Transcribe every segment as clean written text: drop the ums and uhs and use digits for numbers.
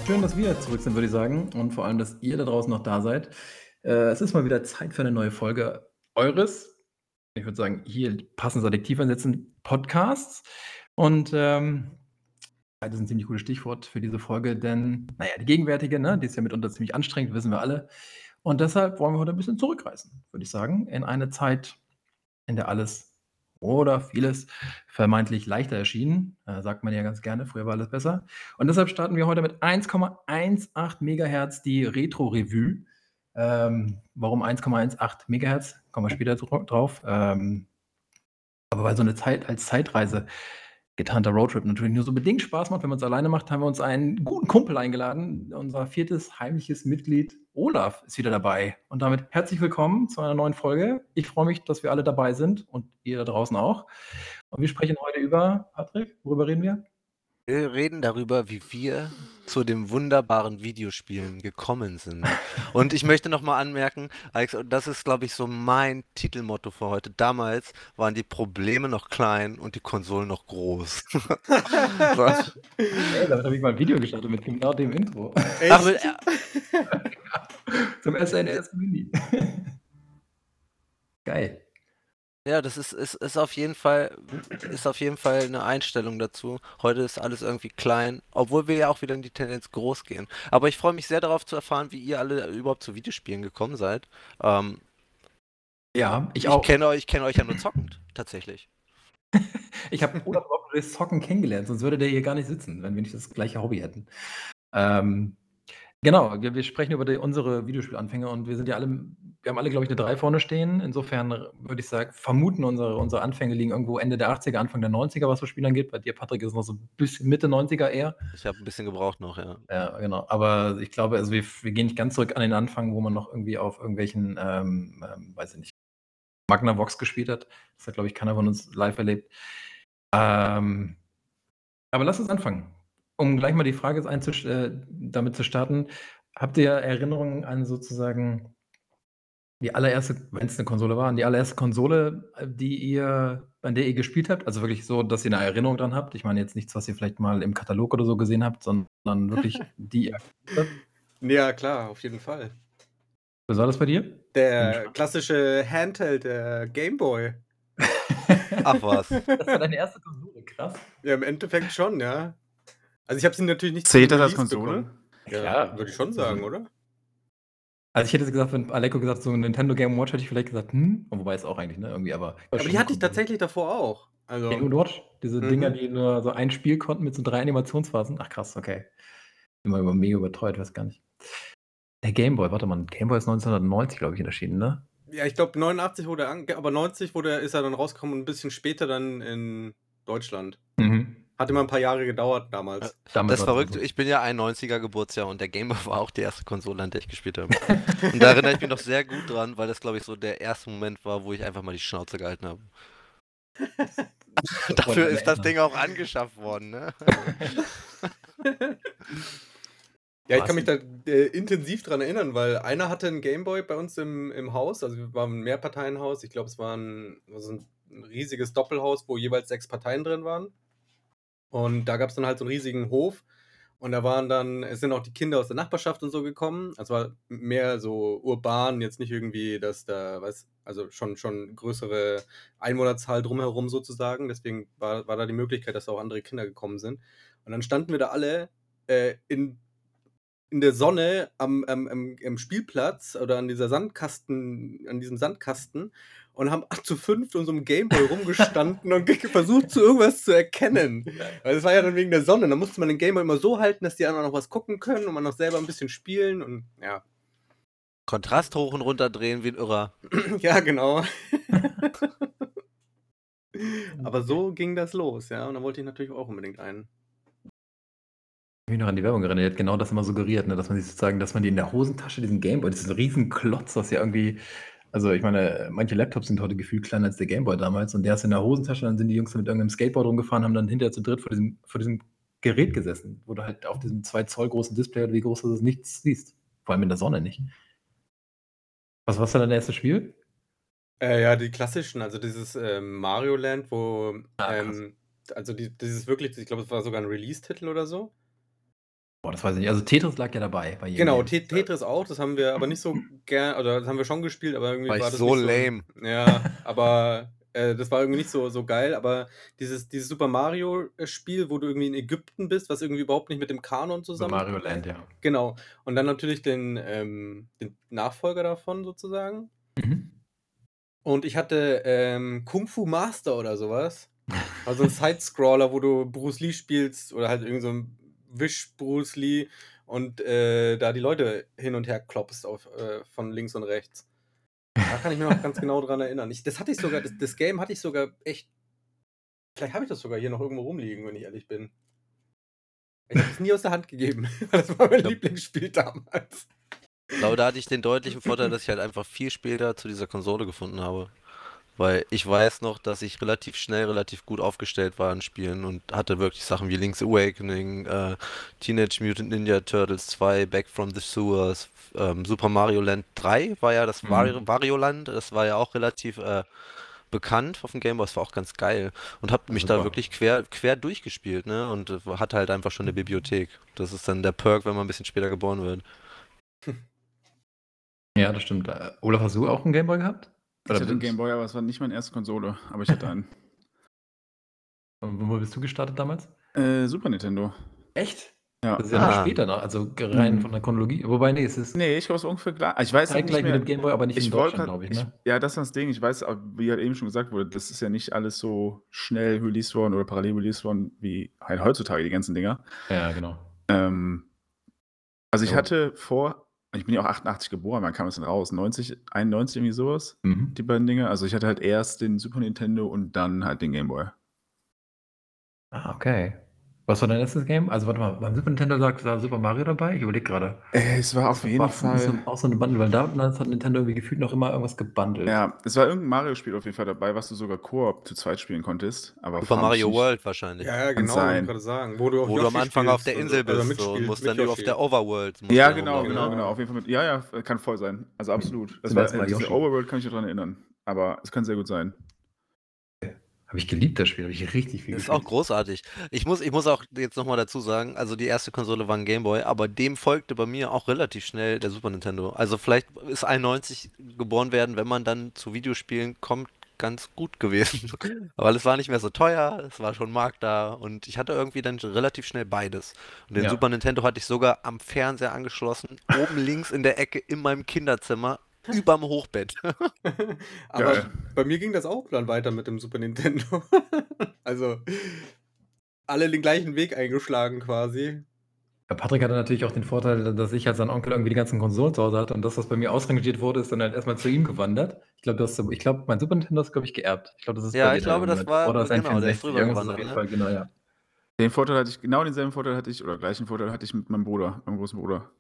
Schön, dass wir zurück sind, würde ich sagen. Und vor allem, dass ihr da draußen noch da seid. Es ist mal wieder Zeit für eine neue Folge eures, ich würde sagen, hier passendes Adjektiv einsetzen, Podcasts. Und Zeit ist ein ziemlich gutes Stichwort für diese Folge, denn, naja, die gegenwärtige, ne, die ist ja mitunter ziemlich anstrengend, wissen wir alle. Und deshalb wollen wir heute ein bisschen zurückreisen, würde ich sagen, in eine Zeit, in der alles oder vieles vermeintlich leichter erschien, sagt man ja ganz gerne, früher war alles besser. Und deshalb starten wir heute mit 1,18 Megahertz die Retro-Revue. Warum 1,18 Megahertz? Kommen wir später drauf. Aber weil so eine Zeit als Zeitreise getarnter Roadtrip natürlich nur so bedingt Spaß macht, wenn man es alleine macht, haben wir uns einen guten Kumpel eingeladen. Unser viertes heimliches Mitglied Olaf ist wieder dabei. Und damit herzlich willkommen zu einer neuen Folge. Ich freue mich, dass wir alle dabei sind und ihr da draußen auch. Und wir sprechen heute über, Patrick, worüber reden wir? Wir reden darüber, wie wir zu den wunderbaren Videospielen gekommen sind. Und ich möchte noch mal anmerken, Alex, und das ist, glaube ich, so mein Titelmotto für heute. Damals waren die Probleme noch klein und die Konsolen noch groß. Was? Ey, damit habe ich mal ein Video gestartet mit genau dem Intro. Ach, Echt? Zum SNES Mini. Geil. ja, das ist auf jeden Fall eine Einstellung dazu. Heute ist alles irgendwie klein, obwohl wir ja auch wieder in die Tendenz groß gehen. Aber ich freue mich sehr darauf zu erfahren, wie ihr alle überhaupt zu Videospielen gekommen seid. Ähm, Ja, ich Ich auch. kenne euch ja nur zockend, tatsächlich. Ich habe Olaf überhaupt durchs Zocken kennengelernt, sonst würde der hier gar nicht sitzen, wenn wir nicht das gleiche Hobby hätten. Ähm, genau, wir sprechen über unsere Videospielanfänge und wir haben alle, glaube ich, eine 3 vorne stehen. Insofern würde ich sagen, vermuten, unsere Anfänge liegen irgendwo Ende der 80er, Anfang der 90er, was so Spiele angeht. Bei dir, Patrick, ist es noch so ein bisschen Mitte 90er eher. Ich habe ein bisschen gebraucht noch, ja. Ja, genau. Aber ich glaube, also wir gehen nicht ganz zurück an den Anfang, wo man noch irgendwie auf irgendwelchen, weiß ich nicht, Magnavox gespielt hat. Das hat, glaube ich, keiner von uns live erlebt. Ähm, aber lass uns anfangen. Um gleich mal die Frage damit zu starten. Habt ihr Erinnerungen an sozusagen die allererste, wenn es eine Konsole war, an die allererste Konsole, an der ihr gespielt habt? Also wirklich so, dass ihr eine Erinnerung dran habt? Ich meine jetzt nichts, was ihr vielleicht mal im Katalog oder so gesehen habt, sondern wirklich die ihr gespielt habt? Ja, klar, auf jeden Fall. Was war das bei dir? Bin Der gespannt. klassische Handheld, der Gameboy. Ach was. Das war deine erste Konsole, krass. Ja, im Endeffekt schon, ja. Also ich habe sie natürlich nicht Zählt zum das als Release Konsole? bekommen. Ja, Ja, klar. würde ich schon sagen, oder? Also ich hätte jetzt gesagt, wenn Aleko gesagt, so 'n Nintendo Game Watch, hätte ich vielleicht gesagt: Wobei ist auch eigentlich, ne, irgendwie, aber Aber schon die eine hatte ich Konsole. tatsächlich davor auch. Also, Game Watch, diese Dinger, mhm. die nur so ein Spiel konnten mit so 3 Animationsphasen? Ach krass, okay. Immer mega überteuert, weiß gar nicht. Der Game Boy, warte mal, Game Boy ist 1990, glaube ich, erschienen, ne? Ja, ich glaube 89 wurde aber 90 ist er dann rausgekommen und ein bisschen später dann in Deutschland. Mhm. Hat immer ein paar Jahre gedauert damals. Damals Das ist war das noch verrückt. so. Ich bin ja ein 90er Geburtsjahr und der Game Boy war auch die erste Konsole, an der ich gespielt habe. Und da erinnere ich mich noch sehr gut dran, weil das, glaube ich, so der erste Moment war, wo ich einfach mal die Schnauze gehalten habe. Dafür ist das Ding auch angeschafft worden, ne? Ja, ich kann mich Was? da intensiv dran erinnern, weil einer hatte 'n Gameboy bei uns im Haus. Also, wir waren 'n Mehrparteienhaus. Ich glaube, es war so 'n riesiges Doppelhaus, wo jeweils 6 Parteien drin waren. Und da gab's dann halt so 'n riesigen Hof und da waren dann es sind auch die Kinder aus der Nachbarschaft und so gekommen. Also, war mehr so urban, jetzt nicht irgendwie, dass da also, schon größere Einwohnerzahl drumherum sozusagen. Deswegen war da die Möglichkeit, dass auch andere Kinder gekommen sind. Und dann standen wir da alle, in der Sonne am Spielplatz oder an diesem Sandkasten und haben zu 5 in so 'nem Gameboy rumgestanden und versucht, so irgendwas zu erkennen. Weil es war ja dann wegen der Sonne. Da musste man den Gameboy immer so halten, dass die anderen noch was gucken können und man noch selber 'n bisschen spielen und ja. Kontrast hoch und runter drehen wie ein Irrer. Ja, genau. Aber so ging das los, ja, und dann wollte ich natürlich auch unbedingt einen. Ich mich noch an die Werbung erinnert, die hat genau das immer suggeriert, ne, dass man sich sozusagen dass man die in der Hosentasche diesen Gameboy, das ist 'n Riesenklotz, was ja irgendwie, also, ich meine, manche Laptops sind heute gefühlt kleiner als der Gameboy damals und der ist in der Hosentasche, dann sind die Jungs da mit irgend 'nem Skateboard rumgefahren, haben dann hinterher zu dritt vor diesem Gerät gesessen, wo du halt auf diesem 2 Zoll großen Display oder wie groß das ist, nichts siehst. Vor allem in der Sonne nicht. Was war's denn dein erstes Spiel? Ja, die klassischen, also dieses, Mario Land, wo, Ah, krass. also dieses wirklich, ich glaube, es war sogar 'n Release-Titel oder so. Boah, das weiß ich nicht. Also Tetris lag ja dabei bei jedem Genau, Game. Tetris auch, das haben wir aber nicht so gern, oder das haben wir schon gespielt, aber irgendwie War ich war das so nicht so. lame. Ja, aber das war irgendwie nicht so geil. Aber dieses Super Mario-Spiel, wo du irgendwie in Ägypten bist, was irgendwie überhaupt nicht mit dem Kanon Super Mario zusammenpasst. Land, ja. Genau. Und dann natürlich den Nachfolger davon sozusagen. Mhm. Und ich hatte Kung Fu Master oder sowas. Also ein Side-Scroller, wo du Bruce Lee spielst oder halt irgendwie so ein Wish Bruce Lee und da die Leute hin und her klopfst von links und rechts. Da kann ich mir noch ganz genau dran erinnern. Das Game hatte ich sogar echt. Vielleicht habe ich das sogar hier noch irgendwo rumliegen, wenn ich ehrlich bin. Ich habe es nie aus der Hand gegeben. Das war mein Ja. Lieblingsspiel damals. Ich glaube, da hatte ich den deutlichen Vorteil, dass ich halt einfach viel später zu dieser Konsole gefunden habe. Weil ich weiß noch, dass ich relativ schnell, relativ gut aufgestellt war in Spielen und hatte wirklich Sachen wie Link's Awakening, Teenage Mutant Ninja Turtles 2, Back from the Sewers, Super Mario Land 3 war ja das Wario Land, das war ja auch relativ bekannt auf dem Game Boy, das war auch ganz geil und hab mich da Super. wirklich quer durchgespielt, ne? Und hatte halt einfach schon eine Bibliothek. Das ist dann der Perk, wenn man ein bisschen später geboren wird. Ja, das stimmt. Olaf, hast du auch einen Gameboy gehabt? Ich hatte einen Gameboy, aber es war nicht meine erste Konsole, aber ich hatte einen. Und wo bist du gestartet damals? Super Nintendo. Echt? Ja. Das ist ja noch später, ne? Also rein von der Chronologie. Wobei, nee, es ist Nee, ich glaube, es war ungefähr klar. Ich weiß halt zeitgleich nicht mit mehr. dem Gameboy, aber nicht in Ich wollte Deutschland, grad, glaube ich, ne? ja, das ist das Ding. Ich weiß, wie halt eben schon gesagt wurde, das ist ja nicht alles so schnell released worden oder parallel released worden wie halt heutzutage die ganzen Dinger. Ja, genau. Also ich Jo. hatte ich bin ja auch 88 geboren, wann kam das denn raus? 90, 91, irgendwie sowas? Mhm. Die beiden Dinge. Also ich hatte halt erst den Super Nintendo und dann halt den Gameboy. Ah, okay. Was war dein erstes Game? Also warte mal, beim Super Nintendo sagt da Super Mario dabei? Ich überlege gerade. Es war auf jeden Fall. Auch so eine Bundle, weil damals hat Nintendo irgendwie gefühlt noch immer irgendwas gebundelt. Ja, es war irgendein Mario-Spiel auf jeden Fall dabei, was du sogar Koop zu zweit spielen konntest. Aber Super Mario World wahrscheinlich. Ja, Kann genau, wollte ich sein. gerade sagen. Wo du Wo du am Anfang auf der Insel bist so, und mitspielst, musst mit dann auf Yoshi. der Overworld. musst Ja, du dann genau, rumlaufen, genau. ne? Auf jeden Fall ja, kann voll sein. Also absolut. Das Zum war, ersten Mal diese Yoshi. Overworld kann ich mich daran erinnern. Aber es kann sehr gut sein. Habe ich geliebt, das Spiel. Habe ich richtig viel Das ist gespielt. auch großartig. Ich muss auch jetzt nochmal dazu sagen, also die erste Konsole war ein Gameboy, aber dem folgte bei mir auch relativ schnell der Super Nintendo. Also vielleicht ist 91 geboren werden, wenn man dann zu Videospielen kommt, ganz gut gewesen. Weil es war nicht mehr so teuer, es war schon Markt da und ich hatte irgendwie dann relativ schnell beides. Und den Ja. Super Nintendo hatte ich sogar am Fernseher angeschlossen, oben links in der Ecke in meinem Kinderzimmer, überm Hochbett. Aber Geil. bei mir ging das auch dann weiter mit dem Super Nintendo. Also alle den gleichen Weg eingeschlagen quasi. Ja, Patrick hatte natürlich auch den Vorteil, dass ich als sein Onkel irgendwie die ganzen Konsolen zu Hause hatte und das, was bei mir ausrangiert wurde, ist dann halt erstmal zu ihm gewandert. Ich glaube, mein Super Nintendo ist, glaube ich, geerbt. Ich glaube, das ist Ja, bei dir ich glaube, das war, oder ist ein genau, der ist 64. drüber Irgendwas ist auf gewandert, jeden ne? Fall, genau, ja. Genau denselben Vorteil hatte ich, oder gleichen Vorteil hatte ich mit meinem Bruder, meinem großen Bruder.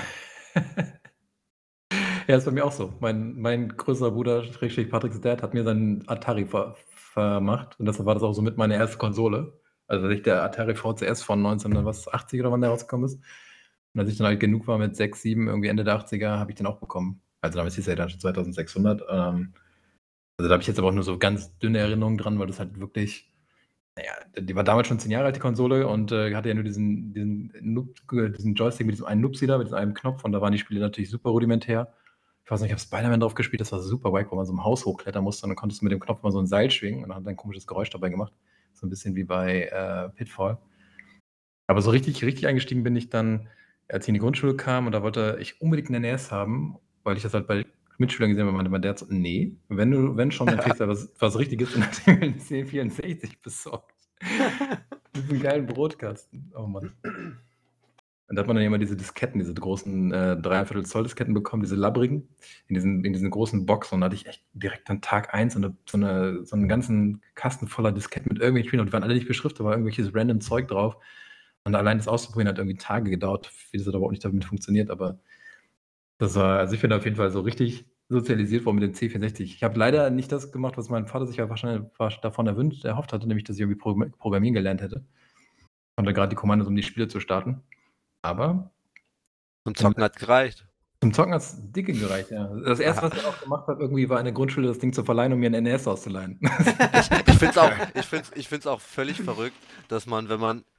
Ja, ist bei mir auch so. Mein größerer Bruder, Schrägstrich Patricks Dad, hat mir seinen Atari vermacht und deshalb war das auch so mit meine erste Konsole. Also der Atari VCS von 1980 oder wann der rausgekommen ist. Und als ich dann halt genug war mit 6, 7, irgendwie Ende der 80er, habe ich den auch bekommen. Also damals hieß er dann schon 2600. Also da habe ich jetzt aber auch nur so ganz dünne Erinnerungen dran, weil das halt wirklich, naja, die war damals schon 10 Jahre alt, die Konsole, und hatte ja nur diesen Joystick mit diesem einen Nupsi da, mit diesem einen Knopf, und da waren die Spiele natürlich super rudimentär. Ich weiß nicht, ich habe Spider-Man drauf gespielt, das war super wack, wo man so im Haus hochklettern musste und dann konntest du mit dem Knopf mal so ein Seil schwingen und dann hat er ein komisches Geräusch dabei gemacht. So ein bisschen wie bei Pitfall. Aber so richtig eingestiegen bin ich dann, als ich in die Grundschule kam, und da wollte ich unbedingt eine NES haben, weil ich das halt bei Mitschülern gesehen habe, meinte mein Dad so, nee, wenn schon, dann kriegst du was Richtiges, und dann hat er mir einen C64 besorgt. Diesen geilen Brotkasten. Oh Mann. Und da hat man dann immer diese Disketten, diese großen 3,25 Zoll Disketten bekommen, diese labbrigen, in diesen großen Boxen. Und da hatte ich echt direkt an Tag 1 so einen ganzen Kasten voller Disketten mit irgendwelchen Spielen. Und die waren alle nicht beschriftet, da war irgendwelches random Zeug drauf. Und allein das auszuprobieren hat irgendwie Tage gedauert, wie das hat überhaupt nicht damit funktioniert. Aber das war, also ich bin auf jeden Fall so richtig sozialisiert worden mit dem C64. Ich habe leider nicht das gemacht, was mein Vater sich ja wahrscheinlich davon erhofft hatte, nämlich dass ich irgendwie Programmieren gelernt hätte. Und da gerade die Kommandos, um die Spiele zu starten. Aber Zum Zocken hat's gereicht. zum Zocken hat es dicke gereicht, ja. Das erste, was ich auch gemacht habe, irgendwie war in der Grundschule das Ding zu verleihen, um mir ein NES auszuleihen. Ich find's auch völlig verrückt, dass man, wenn man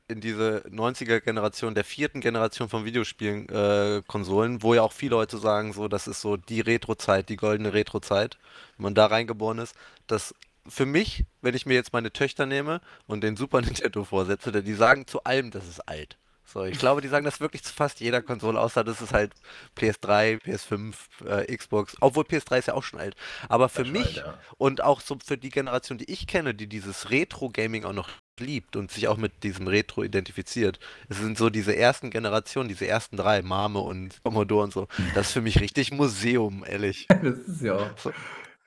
in diese 90er-Generation, der 4. Generation von Videospielen, Konsolen, wo ja auch viele Leute sagen, so, das ist so die Retro-Zeit, die goldene Retro-Zeit, wenn man da reingeboren ist. Das für mich, wenn ich mir jetzt meine Töchter nehme und den Super Nintendo vorsetze, denn die sagen zu allem, das ist alt. So, ich glaube, die sagen das wirklich zu fast jeder Konsole, außer das ist halt PS3, PS5, Xbox, obwohl PS3 ist ja auch schon alt. Aber für Das ist schon alt, mich ja. und auch so für die Generation, die ich kenne, die dieses Retro-Gaming auch noch liebt und sich auch mit diesem Retro identifiziert, es sind so diese ersten Generationen, diese ersten 3, Mame und Commodore und so. Das ist für mich richtig Museum, ehrlich. Das ist ja auch. So.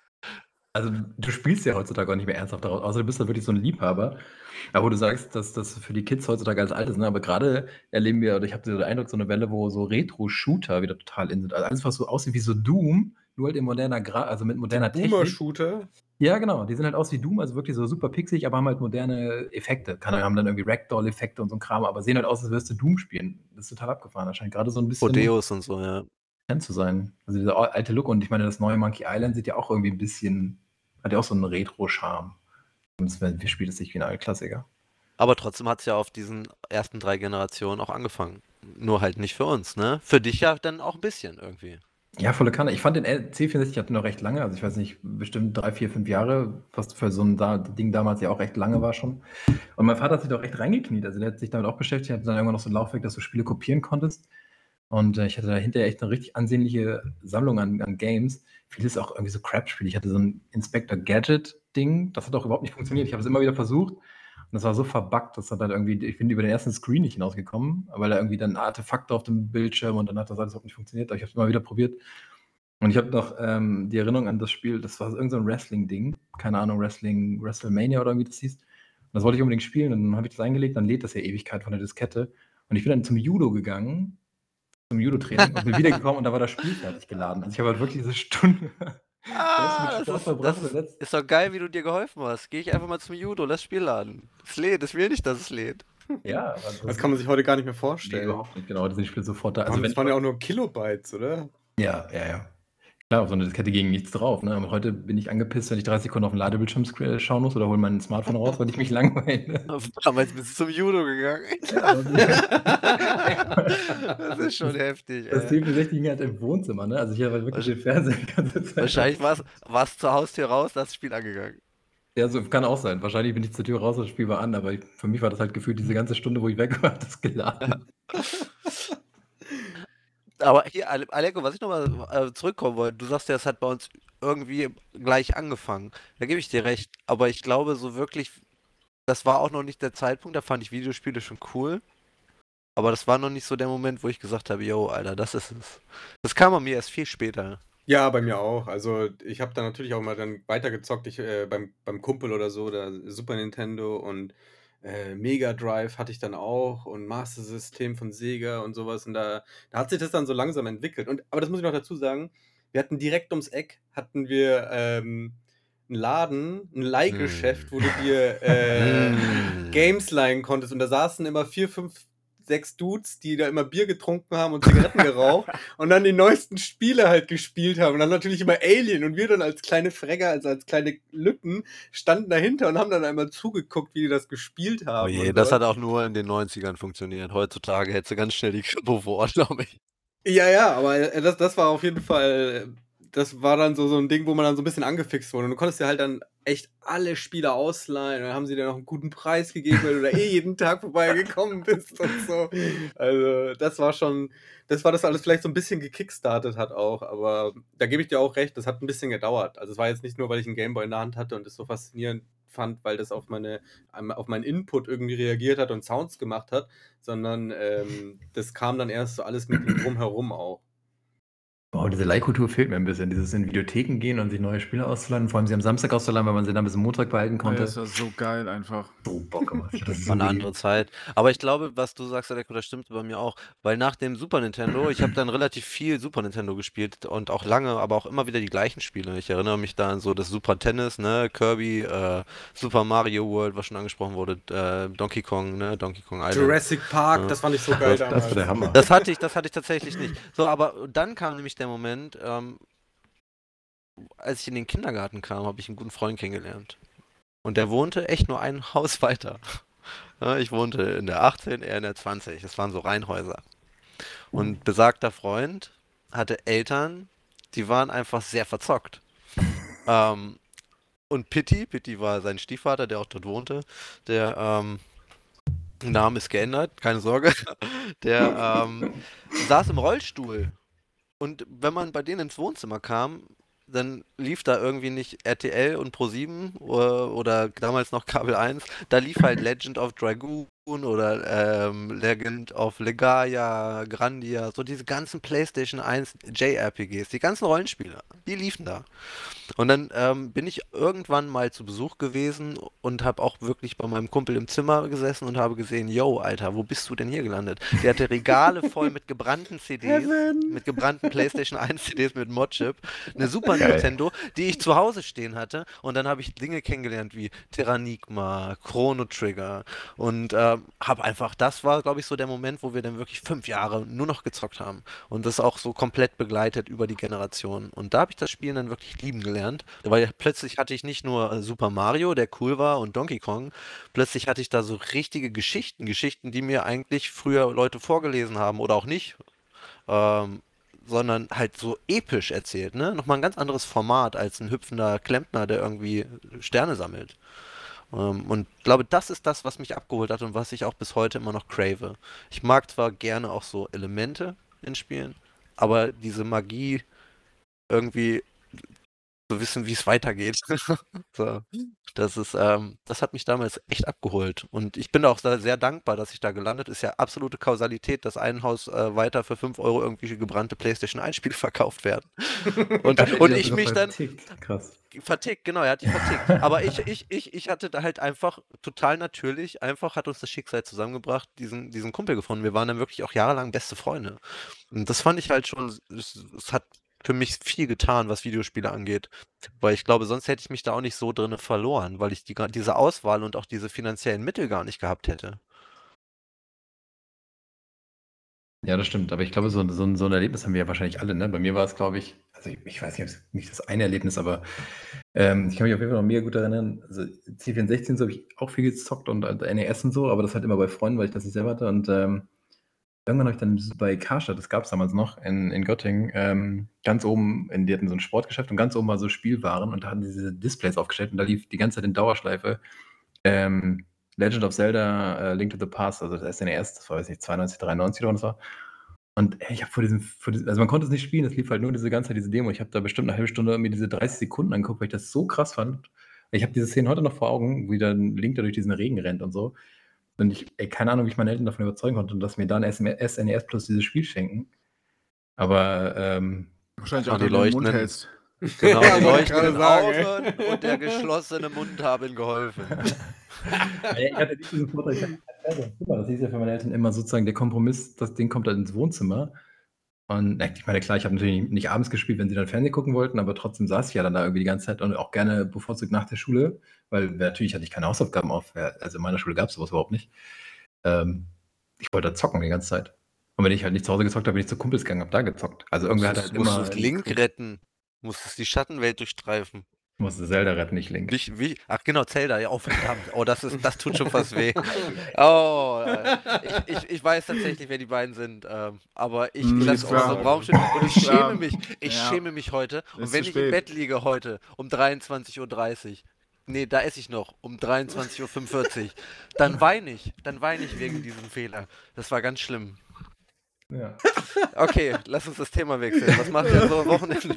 Also, du spielst ja heutzutage auch nicht mehr ernsthaft daraus, außer du bist da wirklich so ein Liebhaber. Aber wo du sagst, dass das für die Kids heutzutage alles alt ist, ne? Aber gerade erleben wir, oder ich habe so den Eindruck, so eine Welle, wo so Retro-Shooter wieder total in sind. Also alles, was so aussieht wie so Doom, nur halt in moderner also mit moderner Technik. Boomer-Shooter. Ja, genau. Die sehen halt aus wie Doom, also wirklich so super pixelig, aber haben halt moderne Effekte. Haben dann irgendwie Ragdoll-Effekte und so ein Kram, aber sehen halt aus, als würdest du Doom spielen. Das ist total abgefahren. Das scheint gerade so ein bisschen Odeos und so, ja. Trend zu sein. Also dieser alte Look, und ich meine, das neue Monkey Island sieht ja auch irgendwie ein bisschen, hat ja auch so einen Retro-Charme. Und das spielt es sich wie ein Altklassiker. Aber trotzdem hat es ja auf diesen ersten 3 Generationen auch angefangen. Nur halt nicht für uns, ne? Für dich ja dann auch ein bisschen irgendwie. Ja, volle Kanne. Ich fand den C64, ich hatte noch recht lange, also ich weiß nicht, bestimmt 3, 4, 5 Jahre, was für so ein Ding damals ja auch recht lange war schon. Und mein Vater hat sich da auch echt reingekniet. Also der hat sich damit auch beschäftigt, hat dann irgendwann noch so ein Laufwerk, dass du Spiele kopieren konntest. Und ich hatte da hinterher echt eine richtig ansehnliche Sammlung an Games. Vieles auch irgendwie so Crap-Spiele. Ich hatte so ein Inspector Gadget-Ding, das hat auch überhaupt nicht funktioniert. Ich habe es immer wieder versucht. Und das war so verbuggt, dass hat dann irgendwie, ich bin über den ersten Screen nicht hinausgekommen, weil da irgendwie dann ein Artefakt auf dem Bildschirm und dann hat das alles überhaupt nicht funktioniert. Aber ich habe es immer wieder probiert. Und ich habe noch die Erinnerung an das Spiel, das war irgend so ein Wrestling-Ding. Keine Ahnung, WrestleMania oder wie das hieß. Und das wollte ich unbedingt spielen und dann habe ich das eingelegt, dann lädt das ja Ewigkeit von der Diskette. Und ich bin dann zum Judo gegangen, zum Judo-Training und bin wiedergekommen und da war das Spiel fertig geladen. Also ich habe halt wirklich diese Stunde selbst mit Sport verbracht. Ist doch geil, wie du dir geholfen hast. Geh ich einfach mal zum Judo, lass Spiel laden. Es lädt, es will nicht, dass es lädt. Ja, das kann man sich heute gar nicht mehr vorstellen. Nee, überhaupt nicht, genau. Das Spiel sofort da. Also das waren ja auch nur Kilobytes, oder? Ja. Klar, auf so eine Diskette ging nichts drauf. Ne? Und heute bin ich angepisst, wenn ich 30 Sekunden auf den Ladebildschirm schauen muss oder hole mein Smartphone raus, weil ich mich langweile. Damals bist du zum Judo gegangen. Das ist schon heftig. Das C64 ging halt im Wohnzimmer, ne? Also ich habe halt wirklich den Fernseher die ganze Zeit. Wahrscheinlich war es zur Haustür raus, das Spiel angegangen. Ja, so kann auch sein. Wahrscheinlich bin ich zur Tür raus und das Spiel war an, aber für mich war das halt gefühlt diese ganze Stunde, wo ich weg war, das geladen. Aber hier, Aleko, was ich nochmal zurückkommen wollte, du sagst ja, es hat bei uns irgendwie gleich angefangen. Da gebe ich dir recht. Aber ich glaube, so wirklich, das war auch noch nicht der Zeitpunkt, da fand ich Videospiele schon cool. Aber das war noch nicht so der Moment, wo ich gesagt habe, yo, Alter, das ist es. Das kam an mir erst viel später. Ja, bei mir auch. Also ich habe da natürlich auch mal dann weitergezockt, beim Kumpel oder so, der Super Nintendo und Mega Drive hatte ich dann auch und Master System von Sega und sowas. Und da hat sich das dann so langsam entwickelt. Aber das muss ich noch dazu sagen, wir hatten direkt ums Eck, hatten wir einen Laden, ein Leihgeschäft, wo du dir Games leihen konntest. Und da saßen immer 4, 5, 6 Dudes, die da immer Bier getrunken haben und Zigaretten geraucht und dann die neuesten Spiele halt gespielt haben. Und dann natürlich immer Alien. Und wir dann als kleine Fregger, also als kleine Lütten, standen dahinter und haben dann einmal zugeguckt, wie die das gespielt haben. Oh je, das hat auch nur in den 90ern funktioniert. Heutzutage hättest du ganz schnell die Kripo vor Ort, glaube ich. Ja, aber das war auf jeden Fall, das war dann so ein Ding, wo man dann so ein bisschen angefixt wurde. Und du konntest dir halt dann echt alle Spiele ausleihen. Und dann haben sie dir noch einen guten Preis gegeben, weil du da jeden Tag vorbeigekommen bist und so. Also das war das alles vielleicht so ein bisschen gekickstartet hat auch. Aber da gebe ich dir auch recht, das hat ein bisschen gedauert. Also es war jetzt nicht nur, weil ich einen Gameboy in der Hand hatte und es so faszinierend fand, weil das auf meinen Input irgendwie reagiert hat und Sounds gemacht hat, sondern das kam dann erst so alles mit dem Drumherum auch. Wow, diese Leihkultur fehlt mir ein bisschen. Dieses in Videotheken gehen und sich neue Spiele auszuleihen, vor allem sie am Samstag auszuleihen, weil man sie dann bis Montag behalten Ja, konnte. das war so geil einfach. So Bock gemacht. Das war eine andere Zeit. Aber ich glaube, was du sagst, Aleko, das stimmt bei mir auch. Weil nach dem Super Nintendo, ich habe dann relativ viel Super Nintendo gespielt und auch lange, aber auch immer wieder die gleichen Spiele. Ich erinnere mich da an so das Super Tennis, ne, Kirby, Super Mario World, was schon angesprochen wurde, Donkey Kong, ne, Donkey Kong Island. Jurassic Park, Ja. das fand ich so geil damals. Das war der Hammer. Das hatte ich tatsächlich nicht. So, aber dann kam nämlich der Moment, als ich in den Kindergarten kam, habe ich einen guten Freund kennengelernt. Und der wohnte echt nur ein Haus weiter. Ja, ich wohnte in der 18, er in der 20. Das waren so Reihenhäuser. Und besagter Freund hatte Eltern, die waren einfach sehr verzockt. Ähm, und Pitti war sein Stiefvater, der auch dort wohnte, der Name ist geändert, keine Sorge, der saß im Rollstuhl. Und wenn man bei denen ins Wohnzimmer kam, dann lief da irgendwie nicht RTL und Pro7 oder damals noch Kabel 1. Da lief halt Legend of Dragoon oder Legend of Legaia, Grandia, so diese ganzen PlayStation 1 JRPGs, die ganzen Rollenspiele, die liefen da. Und dann bin ich irgendwann mal zu Besuch gewesen und habe auch wirklich bei meinem Kumpel im Zimmer gesessen und habe gesehen, yo, Alter, wo bist du denn hier gelandet? Der hatte Regale voll mit gebrannten CDs, mit gebrannten PlayStation 1 CDs mit Modchip, eine Super Geil. Nintendo, die ich zu Hause stehen hatte. Und dann habe ich Dinge kennengelernt wie Terranigma, Chrono Trigger und habe einfach, das war, glaube ich, so der Moment, wo wir dann wirklich 5 Jahre nur noch gezockt haben. Und das auch so komplett begleitet über die Generation. Und da habe ich das Spielen dann wirklich lieben gelernt, weil plötzlich hatte ich nicht nur Super Mario, der cool war, und Donkey Kong, plötzlich hatte ich da so richtige Geschichten, die mir eigentlich früher Leute vorgelesen haben oder auch nicht, ähm, sondern halt so episch erzählt, ne? Nochmal ein ganz anderes Format als ein hüpfender Klempner, der irgendwie Sterne sammelt. Und ich glaube, das ist das, was mich abgeholt hat und was ich auch bis heute immer noch crave. Ich mag zwar gerne auch so Elemente in Spielen, aber diese Magie irgendwie zu wissen, wie es weitergeht. So. Das hat mich damals echt abgeholt. Und ich bin auch sehr dankbar, dass ich da gelandet. Ist ja absolute Kausalität, dass ein Haus weiter für 5 Euro irgendwie gebrannte PlayStation 1-Spiele verkauft werden. Und Hat er und die ich sogar mich dann vertickt? Krass. vertickt, genau, er hat die vertickt. Aber ich hatte da halt einfach total natürlich, einfach hat uns das Schicksal zusammengebracht, diesen Kumpel gefunden. Wir waren dann wirklich auch jahrelang beste Freunde. Und das fand ich halt schon, es hat für mich viel getan, was Videospiele angeht. Weil ich glaube, sonst hätte ich mich da auch nicht so drinne verloren, weil ich diese Auswahl und auch diese finanziellen Mittel gar nicht gehabt hätte. Ja, das stimmt. Aber ich glaube, so ein Erlebnis haben wir ja wahrscheinlich alle, ne? Bei mir war es, glaube ich, also ich weiß nicht, ob es nicht das eine Erlebnis, aber ich kann mich auf jeden Fall noch mega gut erinnern. Also C64 so habe ich auch viel gezockt und halt NES und so, aber das halt immer bei Freunden, weil ich das nicht selber hatte. Und irgendwann habe ich dann bei Karstadt, das gab es damals noch in Göttingen, ganz oben, die hatten so ein Sportgeschäft und ganz oben war so Spielwaren und da hatten die diese Displays aufgestellt und da lief die ganze Zeit in Dauerschleife Legend of Zelda Link to the Past, also das SNES, das war, weiß nicht, 92, 93 oder was das war. Und ey, ich habe also man konnte es nicht spielen, es lief halt nur diese ganze Zeit diese Demo. Ich habe da bestimmt eine halbe Stunde mir diese 30 Sekunden angeguckt, weil ich das so krass fand. Ich habe diese Szene heute noch vor Augen, wie dann Link da durch diesen Regen rennt und so. Und keine Ahnung, wie ich meine Eltern davon überzeugen konnte, dass mir dann SNES plus dieses Spiel schenken. Aber Wahrscheinlich Ah, auch, die wenn du den Mund leuchtenden- hältst. Genau, Ja, die wollte ich gerade leuchtenden sagen, Augen und der geschlossene Mund haben geholfen. ich hatte nicht diesen Vorteil, ich hatte kein Fernseher. Das hieß ja für meine Eltern immer sozusagen der Kompromiss, das Ding kommt dann ins Wohnzimmer. Und ich meine, klar, ich habe natürlich nicht abends gespielt, wenn sie dann Fernsehen gucken wollten, aber trotzdem saß ich ja dann da irgendwie die ganze Zeit und auch gerne bevorzugt nach der Schule, weil natürlich hatte ich keine Hausaufgaben auf. Also in meiner Schule gab es sowas überhaupt nicht. Ich wollte da zocken die ganze Zeit. Und wenn ich halt nicht zu Hause gezockt habe, bin ich zu Kumpels gegangen, habe da gezockt. Also irgendwer hat halt immer. Musstest Link retten. Musstest die Schattenwelt durchstreifen. Musste Zelda retten, nicht Link. Ach genau, Zelda, ja, oh verdammt. Oh, das tut schon fast weh. Oh, ich weiß tatsächlich, wer die beiden sind, aber ich Mir lasse ist es mal so klar. im Raum stehen und ich Klar. schäme mich. Ich Ja. schäme mich heute. Und Ist wenn zu ich im spät. Bett liege heute um 23:30 Uhr, nee, da esse ich noch um 23:45 Uhr, dann weine ich wegen diesem Fehler. Das war ganz schlimm. Ja. Okay, lass uns das Thema wechseln. Was macht ihr so am Wochenende?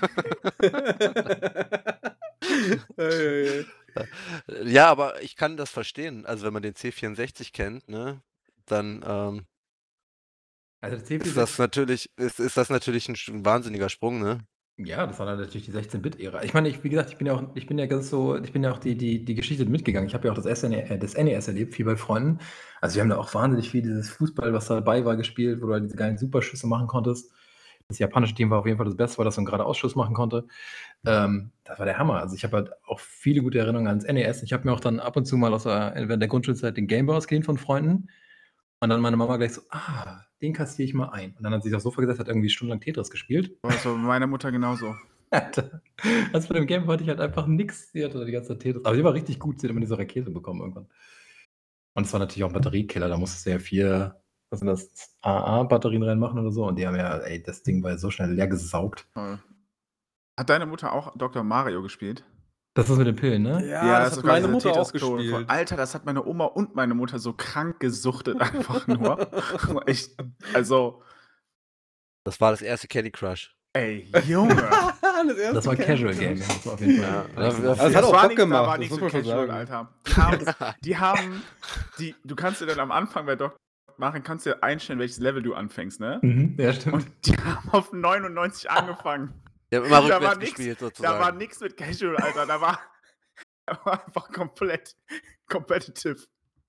Ja, aber ich kann das verstehen. Also wenn man den C64 kennt, ne, dann Also das ist C64 das natürlich, ist das natürlich ein wahnsinniger Sprung, ne? Ja, das war dann natürlich die 16-Bit-Ära. Ich meine, wie gesagt, ich bin ja auch die Geschichte mitgegangen. Ich habe ja auch das NES erlebt, viel bei Freunden. Also wir haben da auch wahnsinnig viel dieses Fußball, was da dabei war, gespielt, wo du halt diese geilen Superschüsse machen konntest. Das japanische Team war auf jeden Fall das Beste, weil das so einen Geradeausschuss machen konnte. Das war der Hammer. Also ich habe halt auch viele gute Erinnerungen ans NES. Ich habe mir auch dann ab und zu mal während der Grundschulzeit den Gameboy ausgeliehen von Freunden. Und dann meine Mama gleich so, den kassiere ich mal ein. Und dann hat sie sich aufs Sofa gesetzt, hat irgendwie stundenlang Tetris gespielt. Das war bei meiner Mutter genauso. Alter. Also von dem Game hatte ich halt einfach nix. Sie hatte die ganze Zeit Tetris. Aber die war richtig gut. Sie hat immer diese Rakete bekommen irgendwann. Und es war natürlich auch ein Batteriekiller, da musstest du ja 4, was sind das, AA-Batterien reinmachen oder so und die haben ja das Ding war ja so schnell leer gesaugt. Hat deine Mutter auch Dr. Mario gespicht? Das ist mit den Pillen, ne? Ja, das ist hat quasi meine dieser Mutter auch Tetris-Klon. gespielt. Alter, das hat meine Oma und meine Mutter so krank gesuchtet einfach nur. Echt, also, Das war das erste Candy Crush. ey, Junge. erste Das war ein Candy Casual Crush. Game, das war auf jeden Fall. Ja, richtig das- nice. Also es hat auch war Bock nix, da gemacht, war das nichts muss mit man schon Casual, sagen. Alter. Du kannst dir dann am Anfang bei Dr. Mario kannst du einstellen, welches Level du anfängst, ne? Ja, stimmt. Und die haben auf 99 angefangen. Wir haben immer Da war rückwärts nix, gespielt, Da war sozusagen. nichts mit Casual, Alter. Da war einfach komplett competitive.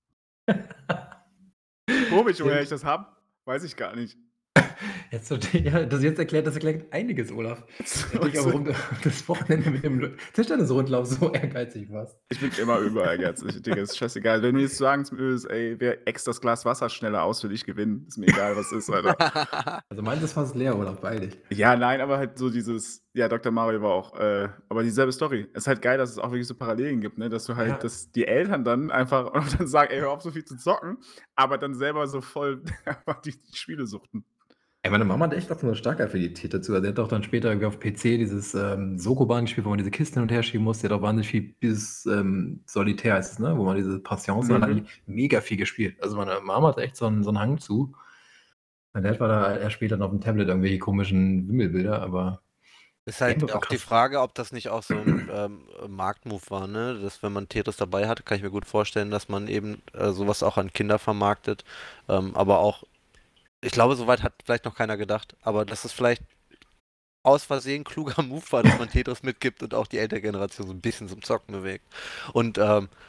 Komisch, woher ich das habe, weiß ich gar nicht. Jetzt, das erklärt einiges, Olaf. Natürlich auch, warum du das Wochenende mit dem Tischtennisrundlauf so ehrgeizig warst. Ich bin immer über ehrgeizig, Digga, ist scheißegal. Wenn du jetzt sagen würdest, ey, wer äxt das Glas Wasser schneller aus für dich gewinnen, ist mir egal, was ist, Alter. Also meins ist fast leer, Olaf, beeil dich. Ja, nein, aber halt so ja, Dr. Mario war auch, aber dieselbe Story. Es ist halt geil, dass es auch wirklich so Parallelen gibt, ne, dass du halt, Ja. dass die Eltern dann einfach dann sagen, ey, hör auf so viel zu zocken, aber dann selber so voll einfach die Spiele suchten. Ey, meine Mama hat echt auch so eine starke Affinität dazu. Also, sie hat auch dann später irgendwie auf PC dieses Sokoban gespielt, wo man diese Kisten hin und her schieben muss. Sie hat auch wahnsinnig viel dieses Solitär heißt es, ne? Wo man diese Passions hat die mega viel gespielt. Also meine Mama hat echt so einen Hang zu. Mein Dad war da erst später noch auf dem Tablet irgendwelche komischen Wimmelbilder, aber Ist halt Gameboy war auch die krass. Frage, ob das nicht auch so ein Marktmove war, ne? Dass wenn man Tetris dabei hatte, kann ich mir gut vorstellen, dass man eben sowas auch an Kinder vermarktet. Aber auch, ich glaube, soweit hat vielleicht noch keiner gedacht, aber dass es vielleicht aus Versehen ein kluger Move war, dass man Tetris mitgibt und auch die ältere Generation so ein bisschen zum Zocken bewegt. Und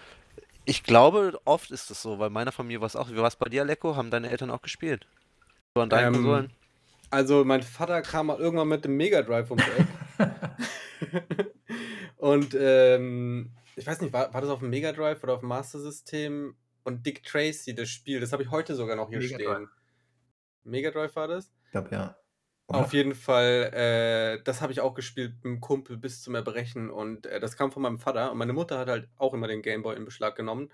ich glaube, oft ist es so, weil meiner Familie war es auch. Wie war es bei dir, Aleko? Haben deine Eltern auch gespielt? So an deinen Konsolen? Also mein Vater kam mal irgendwann mit dem Mega Drive ums Eck. Und ich weiß nicht, war das auf dem Mega Drive oder auf dem Master System? Und Dick Tracy, das Spiel, das habe ich heute sogar noch hier Mega stehen. Mega Drive war das? Ich glaube, ja. Auf jeden Fall, das habe ich auch gespielt mit einem Kumpel bis zum Erbrechen und das kam von meinem Vater und meine Mutter hat halt auch immer den Gameboy in Beschlag genommen.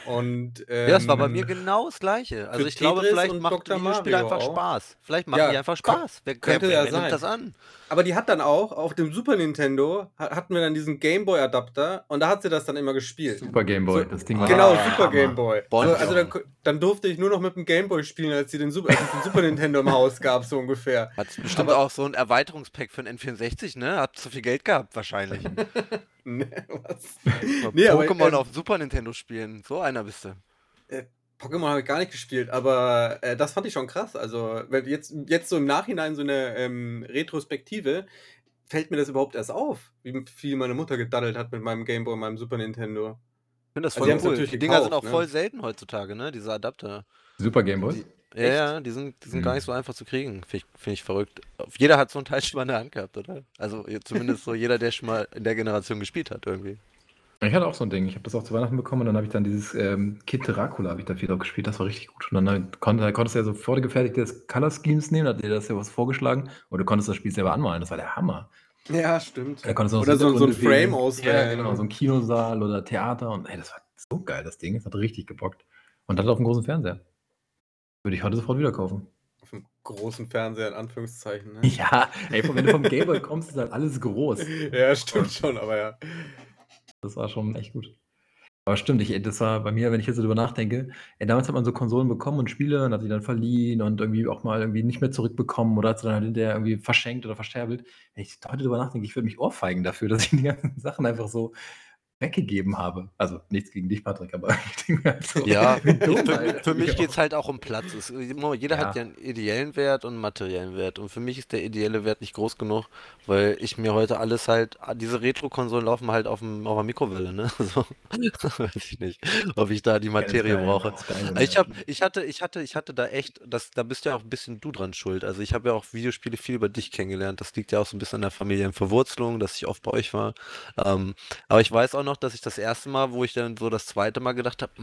Und Ja, das war bei mir genau das Gleiche. Also für ich glaube, Tetris vielleicht und macht Dr. Videospiele Mario einfach auch. Spaß. Vielleicht machen Ja, die einfach Spaß. könnte ja wer sein. nimmt das an? Aber die hat dann auch, auf dem Super Nintendo, hatten wir dann diesen Gameboy-Adapter und da hat sie das dann immer gespielt. Super Gameboy, So, das Ding war Genau, der Super Hammer. Gameboy. Bonn. So, also dann durfte ich nur noch mit dem Gameboy spielen, als es den Super Nintendo im Haus gab, so ungefähr. Hat bestimmt auch so ein Erweiterungspack für ein N64, ne? Hat zu viel Geld gehabt, wahrscheinlich. Ne, was? Nee, aber, Pokémon auf dem Super Nintendo spielen. So einer bist du. Pokémon habe ich gar nicht gespielt, aber das fand ich schon krass. Also, jetzt so im Nachhinein so eine Retrospektive, fällt mir das überhaupt erst auf, wie viel meine Mutter gedaddelt hat mit meinem Gameboy und meinem Super Nintendo. Ich finde das Also voll die haben's cool. natürlich Die Dinger sind gekauft, auch ne? voll selten heutzutage, ne? Diese Adapter. Super Gameboy? Die, Echt? ja, die sind gar nicht so einfach zu kriegen. Finde ich verrückt. Jeder hat so ein Teil schon mal in der Hand gehabt, oder? Also zumindest so jeder, der schon mal in der Generation gespielt hat, irgendwie. Ich hatte auch so ein Ding. Ich habe das auch zu Weihnachten bekommen und dann habe ich dann dieses Kid Dracula habe ich da viel drauf gespielt. Das war richtig gut. Und dann konntest du ja so vorgefertigte Color Schemes nehmen, da hat dir das ja was vorgeschlagen. Und du konntest das Spiel selber anmalen. Das war der Hammer. Ja, stimmt. Da konntest du noch Oder so ein Hintergründe Frame wählen. auswählen. Ja, genau, so ein Kinosaal oder Theater. Und ey, das war so geil, das Ding. Das hat richtig gebockt. Und das auf dem großen Fernseher. Würde ich heute sofort wieder kaufen. Auf dem großen Fernseher, in Anführungszeichen. Ne? Ja, ey, wenn du vom Gameboy kommst, ist halt alles groß. Ja, stimmt schon, aber ja. Das war schon echt gut. Aber stimmt, das war bei mir, wenn ich jetzt so drüber nachdenke, damals hat man so Konsolen bekommen und Spiele und hat die dann verliehen und irgendwie auch mal irgendwie nicht mehr zurückbekommen oder hat sie dann halt hinterher irgendwie verschenkt oder versterbelt. Wenn ich heute drüber nachdenke, ich würde mich ohrfeigen dafür, dass ich die ganzen Sachen einfach so weggegeben habe. Also nichts gegen dich, Patrick, aber ich denke mir halt so, Ja, wie dumm, Alter. für mich geht es halt auch um Platz. Jeder Ja. hat ja einen ideellen Wert und einen materiellen Wert. Und für mich ist der ideelle Wert nicht groß genug, weil ich mir heute alles halt, diese Retro-Konsolen laufen halt auf der Mikrowelle, ne? So, weiß ich nicht, ob ich da die Materie geil, brauche. das ist geil, Ich hatte da echt, da bist ja auch ein bisschen du dran schuld. Also ich habe ja auch Videospiele viel über dich kennengelernt. Das liegt ja auch so ein bisschen an der Familienverwurzelung, dass ich oft bei euch war. Aber ich weiß auch noch, dass ich das erste Mal, wo ich dann so das zweite Mal gedacht habe,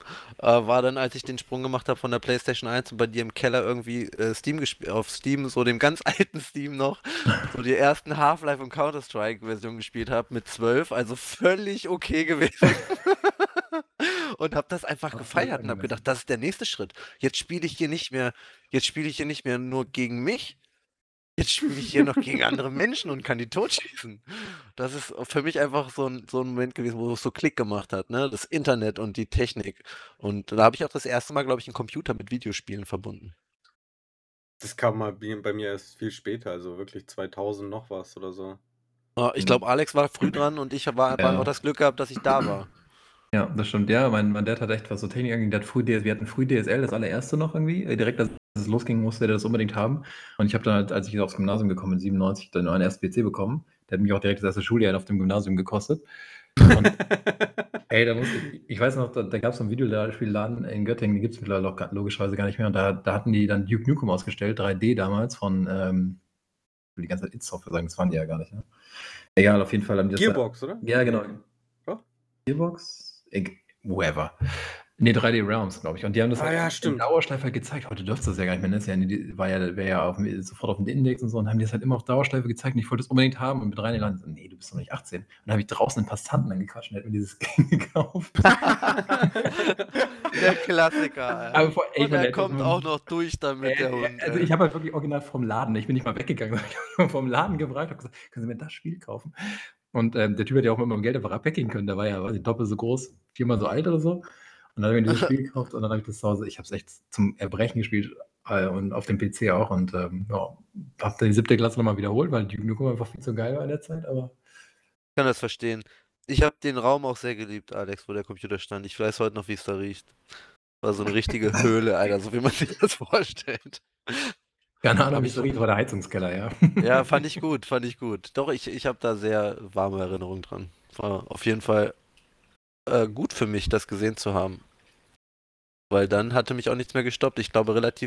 war dann, als ich den Sprung gemacht habe von der PlayStation 1 und bei dir im Keller irgendwie auf Steam, so dem ganz alten Steam noch, so die ersten Half-Life und Counter-Strike-Versionen gespielt habe mit 12, also völlig okay gewesen. und habe das einfach gefeiert und habe gedacht, das ist der nächste Schritt. Jetzt spiele ich hier nicht mehr nur gegen mich, jetzt spiele ich hier noch gegen andere Menschen und kann die totschießen. Das ist für mich einfach so ein Moment gewesen, wo es so Klick gemacht hat, ne? Das Internet und die Technik. Und da habe ich auch das erste Mal, glaube ich, einen Computer mit Videospielen verbunden. Das kam mal bei mir erst viel später, also wirklich 2000 noch was oder so. Ich glaube, Alex war früh dran und ich habe Ja. auch das Glück gehabt, dass ich da war. Ja, das stimmt. Ja, mein Dad hat echt was so Technik angeht. Der hat wir hatten früh DSL, das allererste noch irgendwie. Direkt, als es losging, musste der das unbedingt haben. Und ich habe dann halt, als ich aufs Gymnasium gekommen bin, 97, dann meinen ersten PC bekommen. Der hat mich auch direkt das erste Schuljahr auf dem Gymnasium gekostet. Und ey, ich weiß noch, da gab es so einen Videospielladen in Göttingen, die gibt es mittlerweile auch logischerweise gar nicht mehr. Und da hatten die dann Duke Nukem ausgestellt, 3D damals, von, ich will die ganze Zeit id-Software sagen, das waren die ja gar nicht, ne? Egal, auf jeden Fall haben die das Gearbox, oder? Ja, genau. Doch? Gearbox? Whoever. Nee, 3D Realms, glaube ich. Und die haben das Ah, ja, in stimmt. Dauerschleife halt gezeigt. Heute dürfte das ja gar nicht mehr. Das wäre ja sofort auf dem Index und so. Und haben die das halt immer auf Dauerschleife gezeigt. Und ich wollte es unbedingt haben. Und mit reingelandet. Nee, du bist doch nicht 18. Und dann habe ich draußen einen Passanten angequatscht und der hat mir dieses Game gekauft. Der Klassiker. Aber ey, Und er kommt auch noch durch damit, der Hund. Also ich habe halt wirklich original vom Laden, ich bin nicht mal weggegangen, sondern ich habe vom Laden gefragt, habe gesagt, können Sie mir das Spiel kaufen? Und der Typ hat ja auch mit meinem Geld einfach abwickeln können, der war ja, weiß ich, doppelt so groß, 4-mal so alt oder so. Und dann habe ich mir dieses Spiel gekauft und dann habe ich das zu Hause, ich habe es echt zum Erbrechen gespielt und auf dem PC auch und ja, habe dann die 7. Klasse nochmal wiederholt, weil Duke Nukem einfach viel zu geil war in der Zeit, aber Ich kann das verstehen. Ich habe den Raum auch sehr geliebt, Alex, wo der Computer stand. Ich weiß heute noch, wie es da riecht. War so eine richtige Höhle, Alter, so wie man sich das vorstellt. keine Ahnung, wie es so riecht, war der Heizungskeller, ja. Ja, fand ich gut. Doch, ich habe da sehr warme Erinnerungen dran. War auf jeden Fall gut für mich, das gesehen zu haben. Weil dann hatte mich auch nichts mehr gestoppt. Ich glaube, hat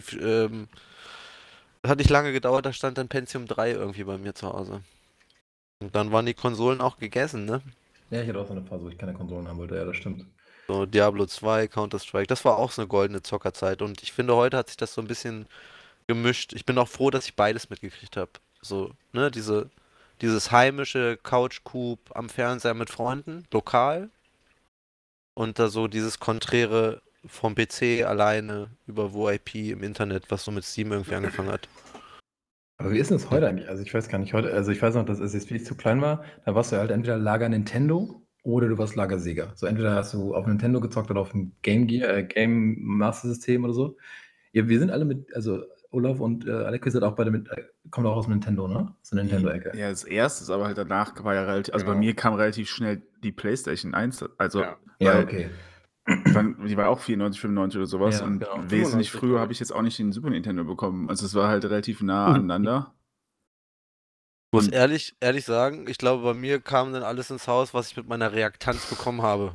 nicht lange gedauert, da stand dann Pentium 3 irgendwie bei mir zu Hause. Und dann waren die Konsolen auch gegessen, ne? Ja, ich hatte auch so eine Phase, wo ich keine Konsolen haben wollte, ja, das stimmt. So Diablo 2, Counter-Strike, das war auch so eine goldene Zockerzeit. Und ich finde, heute hat sich das so ein bisschen gemischt. Ich bin auch froh, dass ich beides mitgekriegt habe. So, ne, dieses heimische Couch-Coop am Fernseher mit Freunden, lokal. Und da so dieses Konträre vom PC alleine über WoIP im Internet, was so mit Steam irgendwie angefangen hat. Aber wie ist denn das heute eigentlich? Also ich weiß gar nicht, heute, also ich weiß noch, dass es jetzt viel zu klein war, da warst du halt entweder Lager Nintendo oder du warst Lager Sega. So entweder hast du auf Nintendo gezockt oder auf dem Game Gear, Game Master System oder so. Ja, wir sind alle mit, also Olaf und Alex sind auch beide mit, kommt auch aus dem Nintendo, ne? Aus der Nintendo-Ecke. Ja, das erste, aber halt danach war ja relativ, also bei Genau. mir kam relativ schnell die PlayStation 1, also Ja. Ja, weil okay. die war auch 94, 95 oder sowas Ja, und genau. wesentlich 95, früher glaub habe ich. ich jetzt auch nicht den Super Nintendo bekommen. Also es war halt relativ nah aneinander. Muss Und ehrlich sagen, ich glaube, bei mir kam dann alles ins Haus, was ich mit meiner Reaktanz bekommen habe.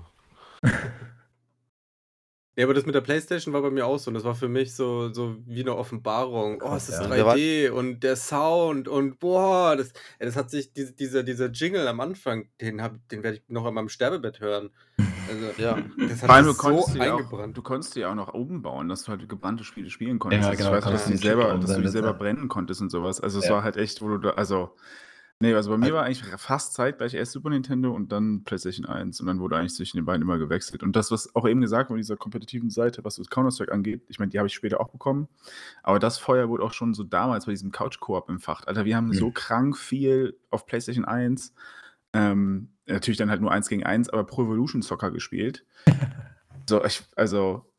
Ja, aber das mit der PlayStation war bei mir auch so. Und das war für mich so wie eine Offenbarung. Oh, es ist Ja. 3D und der Sound und boah, das hat sich, dieser Jingle am Anfang, den werde ich noch an meinem Sterbebett hören. Also, Ja. das vor hat allem, sich so eingebrannt. du konntest die auch noch umbauen, dass du halt gebrannte Spiele spielen konntest. Ja, Also genau, ich weiß noch, dass konntest du einen die Chip selber, dass du die umsetzen, selber ja. brennen konntest und sowas. Also es Ja. war halt echt, wo du da, also bei mir war eigentlich fast zeitgleich erst Super Nintendo und dann PlayStation 1 und dann wurde eigentlich zwischen den beiden immer gewechselt. Und das, was auch eben gesagt wurde, dieser kompetitiven Seite, was das Counter-Strike angeht, ich meine, die habe ich später auch bekommen, aber das Feuer wurde auch schon so damals bei diesem Couch-Koop entfacht. Alter, wir haben so krank viel auf PlayStation 1, natürlich dann halt nur 1 gegen 1, aber Pro Evolution Soccer gespielt. So, also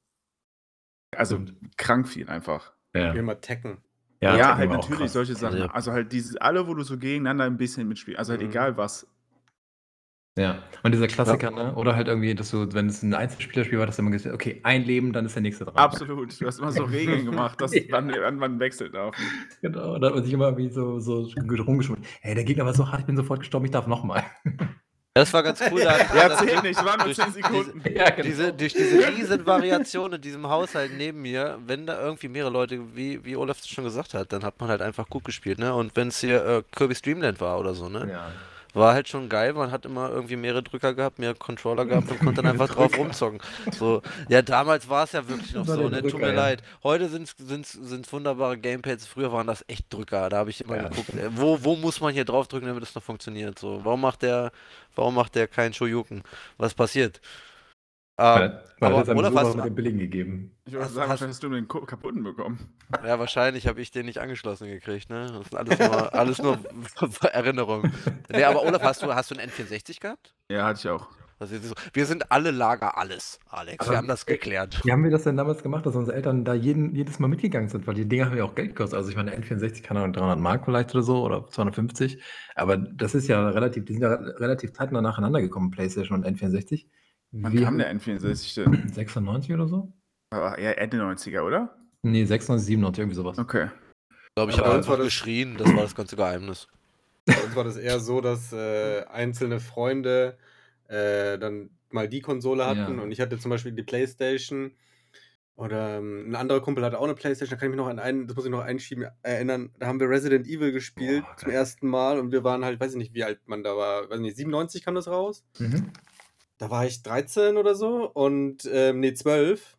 krank viel einfach. Ja. Immer Tekken. Ja, Tekken halt war auch natürlich krass. solche Sachen. Ja. Also halt alle, wo du so gegeneinander ein bisschen mitspielst. Also halt egal was. Ja, und dieser Klassiker, ne? Oder halt irgendwie, dass du, wenn es ein Einzelspielerspiel war, dass du immer gesagt hast, okay, ein Leben, dann ist der nächste dran. Absolut. Du hast immer so Regeln gemacht, dass wann man wechselt darf. Genau, da hat man sich immer wie so rumgeschwungen. Hey, der Gegner war so hart, ich bin sofort gestorben, ich darf nochmal. Das war ganz cool. Da Ja, zählt nicht, waren nur durch 10 Sekunden. Ja, genau. durch diese riesen Variation in diesem Haushalt neben mir, wenn da irgendwie mehrere Leute, wie Olaf das schon gesagt hat, dann hat man halt einfach gut gespielt, ne? Und wenn es hier Kirby's Dream Land war oder so, ne? Ja. War halt schon geil, man hat immer irgendwie mehrere Drücker gehabt, mehr Controller gehabt und konnte dann einfach drauf rumzocken. So, ja, damals war es ja wirklich noch Das war so, der ne? Tut Drücker, mir ja. leid. Heute sind's wunderbare Gamepads, früher waren das echt Drücker. Da habe ich immer Ja. geguckt, wo muss man hier draufdrücken, damit das noch funktioniert? So, warum macht der keinen Shoryuken? Was passiert? Weil aber hat es einem Olaf, Besucher hast mit du, dem Billigen gegeben. Ich würde hast, sagen, hast, wahrscheinlich hast du den kaputten bekommen. ja, wahrscheinlich habe ich den nicht angeschlossen gekriegt, ne? Das sind alles nur Erinnerungen. Nee, aber Olaf, hast du einen N64 gehabt? Ja, hatte ich auch. Das ist so. Wir sind alle Lager alles, Alex. Wir Aber haben das geklärt. wie haben wir das denn damals gemacht, dass unsere Eltern da jedes Mal mitgegangen sind? Weil die Dinger haben ja auch Geld gekostet. Also ich meine, der N64 kann auch 300 Mark vielleicht oder so oder 250. Aber das ist ja die sind ja relativ zeitnah nacheinander gekommen, PlayStation und N64. Wann Wir kam haben der N64 denn? 96 oder so? Aber eher Ende 90er, oder? Nee, 96, 97, irgendwie sowas. Okay. Ich glaube, ich Aber habe bei uns war einfach das- geschrien. Das war das ganze Geheimnis. Bei uns war das eher so, dass einzelne Freunde dann mal die Konsole hatten Ja. und ich hatte zum Beispiel die Playstation oder ein anderer Kumpel hatte auch eine Playstation, da kann ich mich noch an das muss ich noch einschieben, erinnern, da haben wir Resident Evil gespielt Boah, zum geil. ersten Mal und wir waren halt, weiß ich nicht, wie alt man da war, weiß nicht, 97 kam das raus. Mhm. Da war ich 13 oder so und, nee, 12.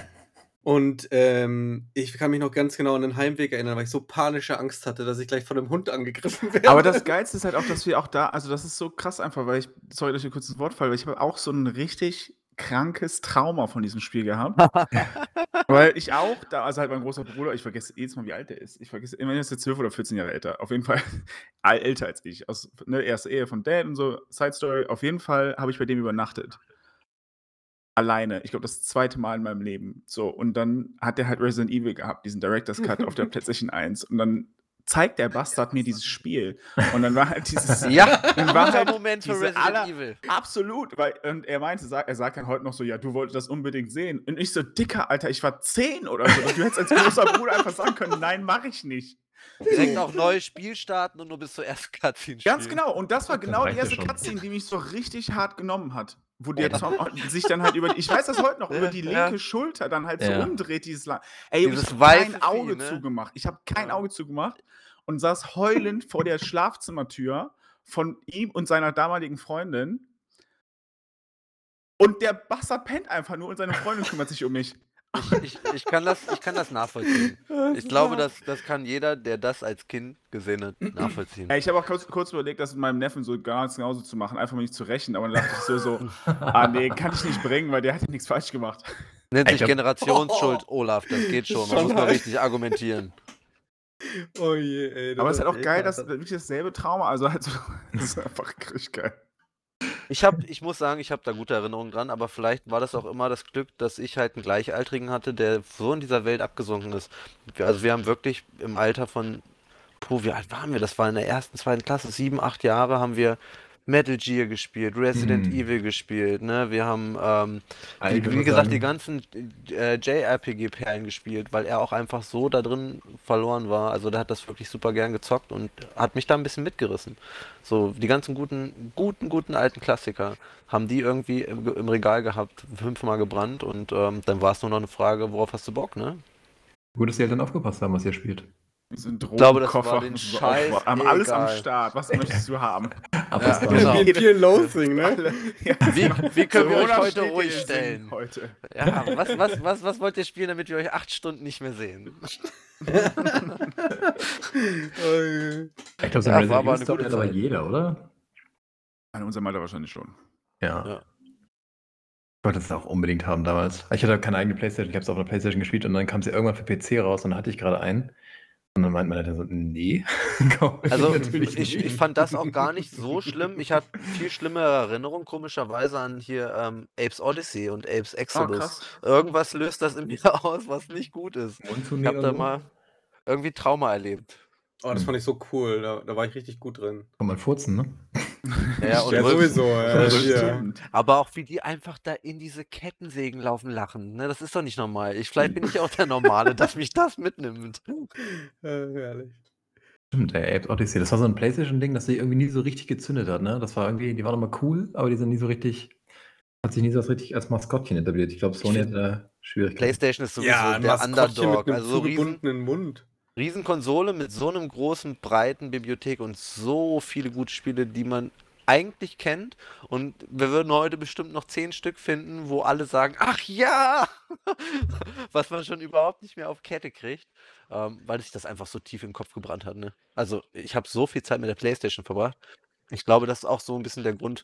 Und ich kann mich noch ganz genau an den Heimweg erinnern, weil ich so panische Angst hatte, dass ich gleich von einem Hund angegriffen werde. Aber das Geilste ist halt auch, dass wir auch da, also das ist so krass einfach, weil sorry, dass ich kurz ins Wort falle, weil ich habe auch so ein richtig krankes Trauma von diesem Spiel gehabt. Weil ich auch, also halt mein großer Bruder, ich vergesse jedes Mal, wie alt der ist. Ich vergesse immer, er ist jetzt 12 oder 14 Jahre älter. Auf jeden Fall älter als ich. Erste Ehe von Dad und so, Side Story. Auf jeden Fall habe ich bei dem übernachtet. Alleine. Ich glaube, das zweite Mal in meinem Leben. So, und dann hat der halt Resident Evil gehabt, diesen Director's Cut auf der PlayStation 1. Und dann zeigt der Bastard mir dieses Spiel. Und dann war halt dieses. Ja, dann war guter halt Moment für diese Resident Evil. Absolut, und er meinte, er sagt dann heute noch so, ja, du wolltest das unbedingt sehen. Und ich so, Dicker, Alter, ich war 10 oder so. Du hättest als großer Bruder einfach sagen können, nein, mach ich nicht. Direkt auch neues Spiel starten und nur bis zur ersten Cutscene spielen. Ganz genau. Und das war genau die reicht ja erste schon. Cutscene, die mich so richtig hart genommen hat. Wo der Tom sich dann halt ich weiß das heute noch, über die linke Schulter dann halt so Ja. umdreht, Ey, ich Dieses habe weiße kein Auge Vieh, ne? zugemacht. Ich habe kein Ja. Auge zugemacht und saß heulend vor der Schlafzimmertür von ihm und seiner damaligen Freundin. Und der Bastard pennt einfach nur und seine Freundin kümmert sich um mich. Ich kann das nachvollziehen. Ich glaube, das kann jeder, der das als Kind gesehen hat, nachvollziehen. Ja, ich habe auch kurz überlegt, das mit meinem Neffen so ganz genauso zu machen, einfach mal nicht zu rächen, aber dann dachte ich so, nee, kann ich nicht bringen, weil der hat ja nichts falsch gemacht. Nennt sich glaub- Generationsschuld, Olaf, das geht schon. Man Schon muss mal halt. richtig argumentieren. Oh je, ey. Aber es ist halt auch echt geil, hart. dass wirklich dasselbe Trauma, also halt so, das ist einfach richtig geil. Ich muss sagen, ich habe da gute Erinnerungen dran, aber vielleicht war das auch immer das Glück, dass ich halt einen Gleichaltrigen hatte, der so in dieser Welt abgesunken ist. Also wir haben wirklich im Alter von, wie alt waren wir? Das war in der ersten, zweiten Klasse, 7, 8 Jahre, haben wir Metal Gear gespielt, Resident Evil gespielt, ne? Wir haben, wie gesagt, die ganzen JRPG-Perlen gespielt, weil er auch einfach so da drin verloren war. Also der hat das wirklich super gern gezockt und hat mich da ein bisschen mitgerissen. So, die ganzen guten alten Klassiker haben die irgendwie im Regal gehabt, 5-mal gebrannt und dann war es nur noch eine Frage, worauf hast du Bock, ne? Gut, dass die Eltern aufgepasst haben, was ihr spielt. So ein glaube, das war Drogenkoffer, den so Scheiß haben alles am egal. Start. Was möchtest du haben? Aber Ja, es war genau. Wie in Fear and Loathing, ne? Alle, ja, Wie können wir euch Corona heute steht dir ruhig im Sinn stellen? Heute. Ja, was wollt ihr spielen, damit wir euch 8 Stunden nicht mehr sehen? Oh je. Ich glaube, so Ja, ein war aber Resident eine Evil Stop gute hat aber Zeit. jeder, oder? An unserem Alter wahrscheinlich schon. Ja. Ja. Ich wollte es auch unbedingt haben damals. Ich hatte keine eigene Playstation, ich habe es auf einer Playstation gespielt und dann kam sie irgendwann für PC raus und dann hatte ich gerade einen. Und dann meint man dann so, nee, Also natürlich nicht. ich fand das auch gar nicht so schlimm. Ich habe viel schlimmere Erinnerungen, komischerweise, an hier Apes Odyssey und Apes Exodus. krass. Irgendwas löst das in mir aus, was nicht gut ist. Mund Ich zunehmen habe da und so. mal irgendwie Trauma erlebt. Oh, das fand ich so cool. Da war ich richtig gut drin. Kann man furzen, ne? Ja, und Ja, Rülpsen. sowieso. Ja, hier. Stimmt. Aber auch wie die einfach da in diese Kettensägen laufen lachen. Ne? Das ist doch nicht normal. Vielleicht bin ich auch der Normale, dass mich das mitnimmt. Herrlich. Stimmt, Apes Odyssey. Das war so ein Playstation-Ding, das sich irgendwie nie so richtig gezündet hat, ne? Das war irgendwie, die waren immer cool, aber die sind nie so richtig, hat sich nie so richtig als Maskottchen etabliert. Ich glaube, Sony Ich hat da Schwierigkeiten. PlayStation ist sowieso Ja, ein der Maskottchen Underdog. mit einem Also so zugebundenen Mund. Riesenkonsole mit so einem großen, breiten Bibliothek und so viele gute Spiele, die man eigentlich kennt. Und wir würden heute bestimmt noch 10 Stück finden, wo alle sagen, ach ja! Was man schon überhaupt nicht mehr auf Kette kriegt, weil sich das einfach so tief im Kopf gebrannt hat. Ne? Also ich habe so viel Zeit mit der PlayStation verbracht. Ich glaube, das ist auch so ein bisschen der Grund,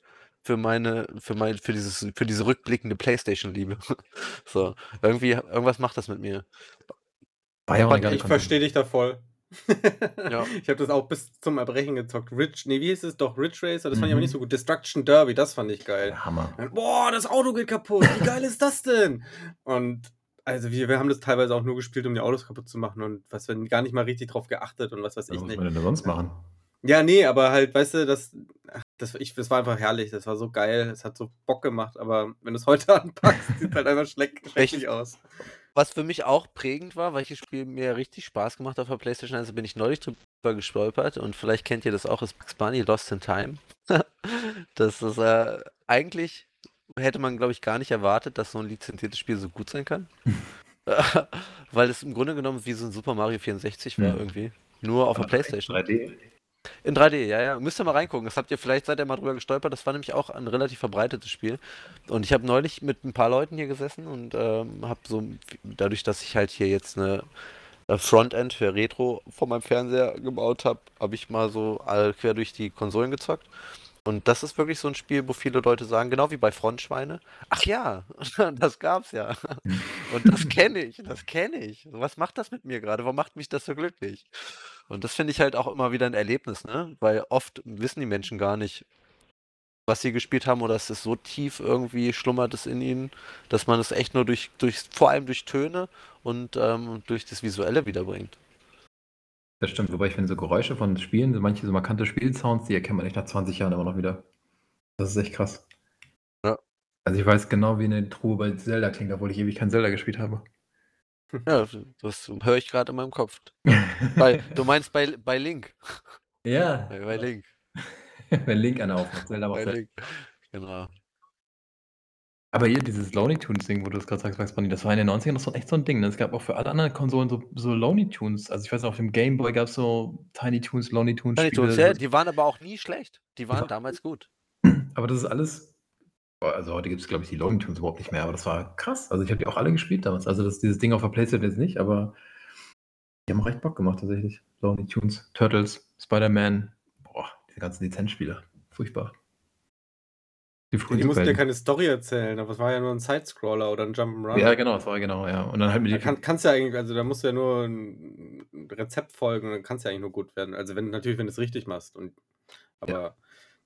für diese rückblickende PlayStation-Liebe. So, irgendwas macht das mit mir. War ja auch eine geile Ich Konsole. verstehe dich da voll. Ja. Ich habe das auch bis zum Erbrechen gezockt. Wie hieß es? Doch, Ridge Racer, das fand ich aber Mhm. nicht so gut. Destruction Derby, das fand ich geil. Der Hammer. Dann, boah, das Auto geht kaputt. Wie geil ist das denn? Und also wir haben das teilweise auch nur gespielt, um die Autos kaputt zu machen und was wir gar nicht mal richtig drauf geachtet und was weiß Was ich muss nicht. man denn da sonst machen? Ja, nee, aber halt, weißt du, das war einfach herrlich. Das war so geil. Es hat so Bock gemacht, aber wenn du es heute anpackst, sieht halt einfach schrecklich aus. Was für mich auch prägend war, welches Spiel mir richtig Spaß gemacht hat auf der PlayStation 1, bin ich neulich drüber gestolpert und vielleicht kennt ihr das auch, ist Bugs Bunny Lost in Time. Das ist eigentlich hätte man, glaube ich, gar nicht erwartet, dass so ein lizenziertes Spiel so gut sein kann. Weil es im Grunde genommen wie so ein Super Mario 64 war Ja. irgendwie. Nur auf der PlayStation. 3D. In 3D, ja. Müsst ihr mal reingucken. Das habt ihr vielleicht, seid ihr mal drüber gestolpert. Das war nämlich auch ein relativ verbreitetes Spiel. Und ich habe neulich mit ein paar Leuten hier gesessen und habe so, dadurch, dass ich halt hier jetzt eine Frontend für Retro von meinem Fernseher gebaut habe, habe ich mal so quer durch die Konsolen gezockt. Und das ist wirklich so ein Spiel, wo viele Leute sagen, genau wie bei Frontschweine, ach ja, das gab's ja. Und das kenne ich. Was macht das mit mir gerade? Warum macht mich das so glücklich? Und das finde ich halt auch immer wieder ein Erlebnis, ne? Weil oft wissen die Menschen gar nicht, was sie gespielt haben, oder es ist so tief irgendwie schlummert es in ihnen, dass man es echt nur vor allem durch Töne und durch das Visuelle wiederbringt. Das stimmt, wobei ich finde, so Geräusche von Spielen, so manche so markante Spielsounds, die erkennt man echt nach 20 Jahren immer noch wieder. Das ist echt krass. Ja. Also ich weiß genau, wie eine Truhe bei Zelda klingt, obwohl ich ewig kein Zelda gespielt habe. Ja, das höre ich gerade in meinem Kopf. Du meinst bei Link. Ja. Bei Link. Wenn Link einer aufmacht, Zelda macht Bei Zelda. Link. Genau. Aber hier dieses Looney Tunes Ding, wo du das gerade sagst, Bugs Bunny, das war in den 90ern das war echt so ein Ding. Ne? Es gab auch für alle anderen Konsolen so Looney Tunes. Also ich weiß noch, auf dem Game Boy gab es so Tiny Toons, Looney Tunes Tiny Spiele. Toons, ja, die waren aber auch nie schlecht. Die waren waren- damals gut. Aber das ist alles. Also heute gibt es, glaube ich, die Looney Tunes überhaupt nicht mehr, aber das war krass. Also ich habe die auch alle gespielt damals. Also dieses Ding auf der Playstation jetzt nicht, aber die haben auch echt Bock gemacht tatsächlich. Looney Tunes, Turtles, Spider-Man, boah, diese ganzen Lizenzspiele. Furchtbar. Die Die frühen mussten ja Superhelden. keine Story erzählen, aber es war ja nur ein Sidescroller oder ein Jump'n'Run. Ja, genau, das war genau, ja. Und dann halt mit Da die kannst du ja eigentlich, also da musst du ja nur ein Rezept folgen und dann kannst du ja eigentlich nur gut werden. Also wenn du es richtig machst. Aber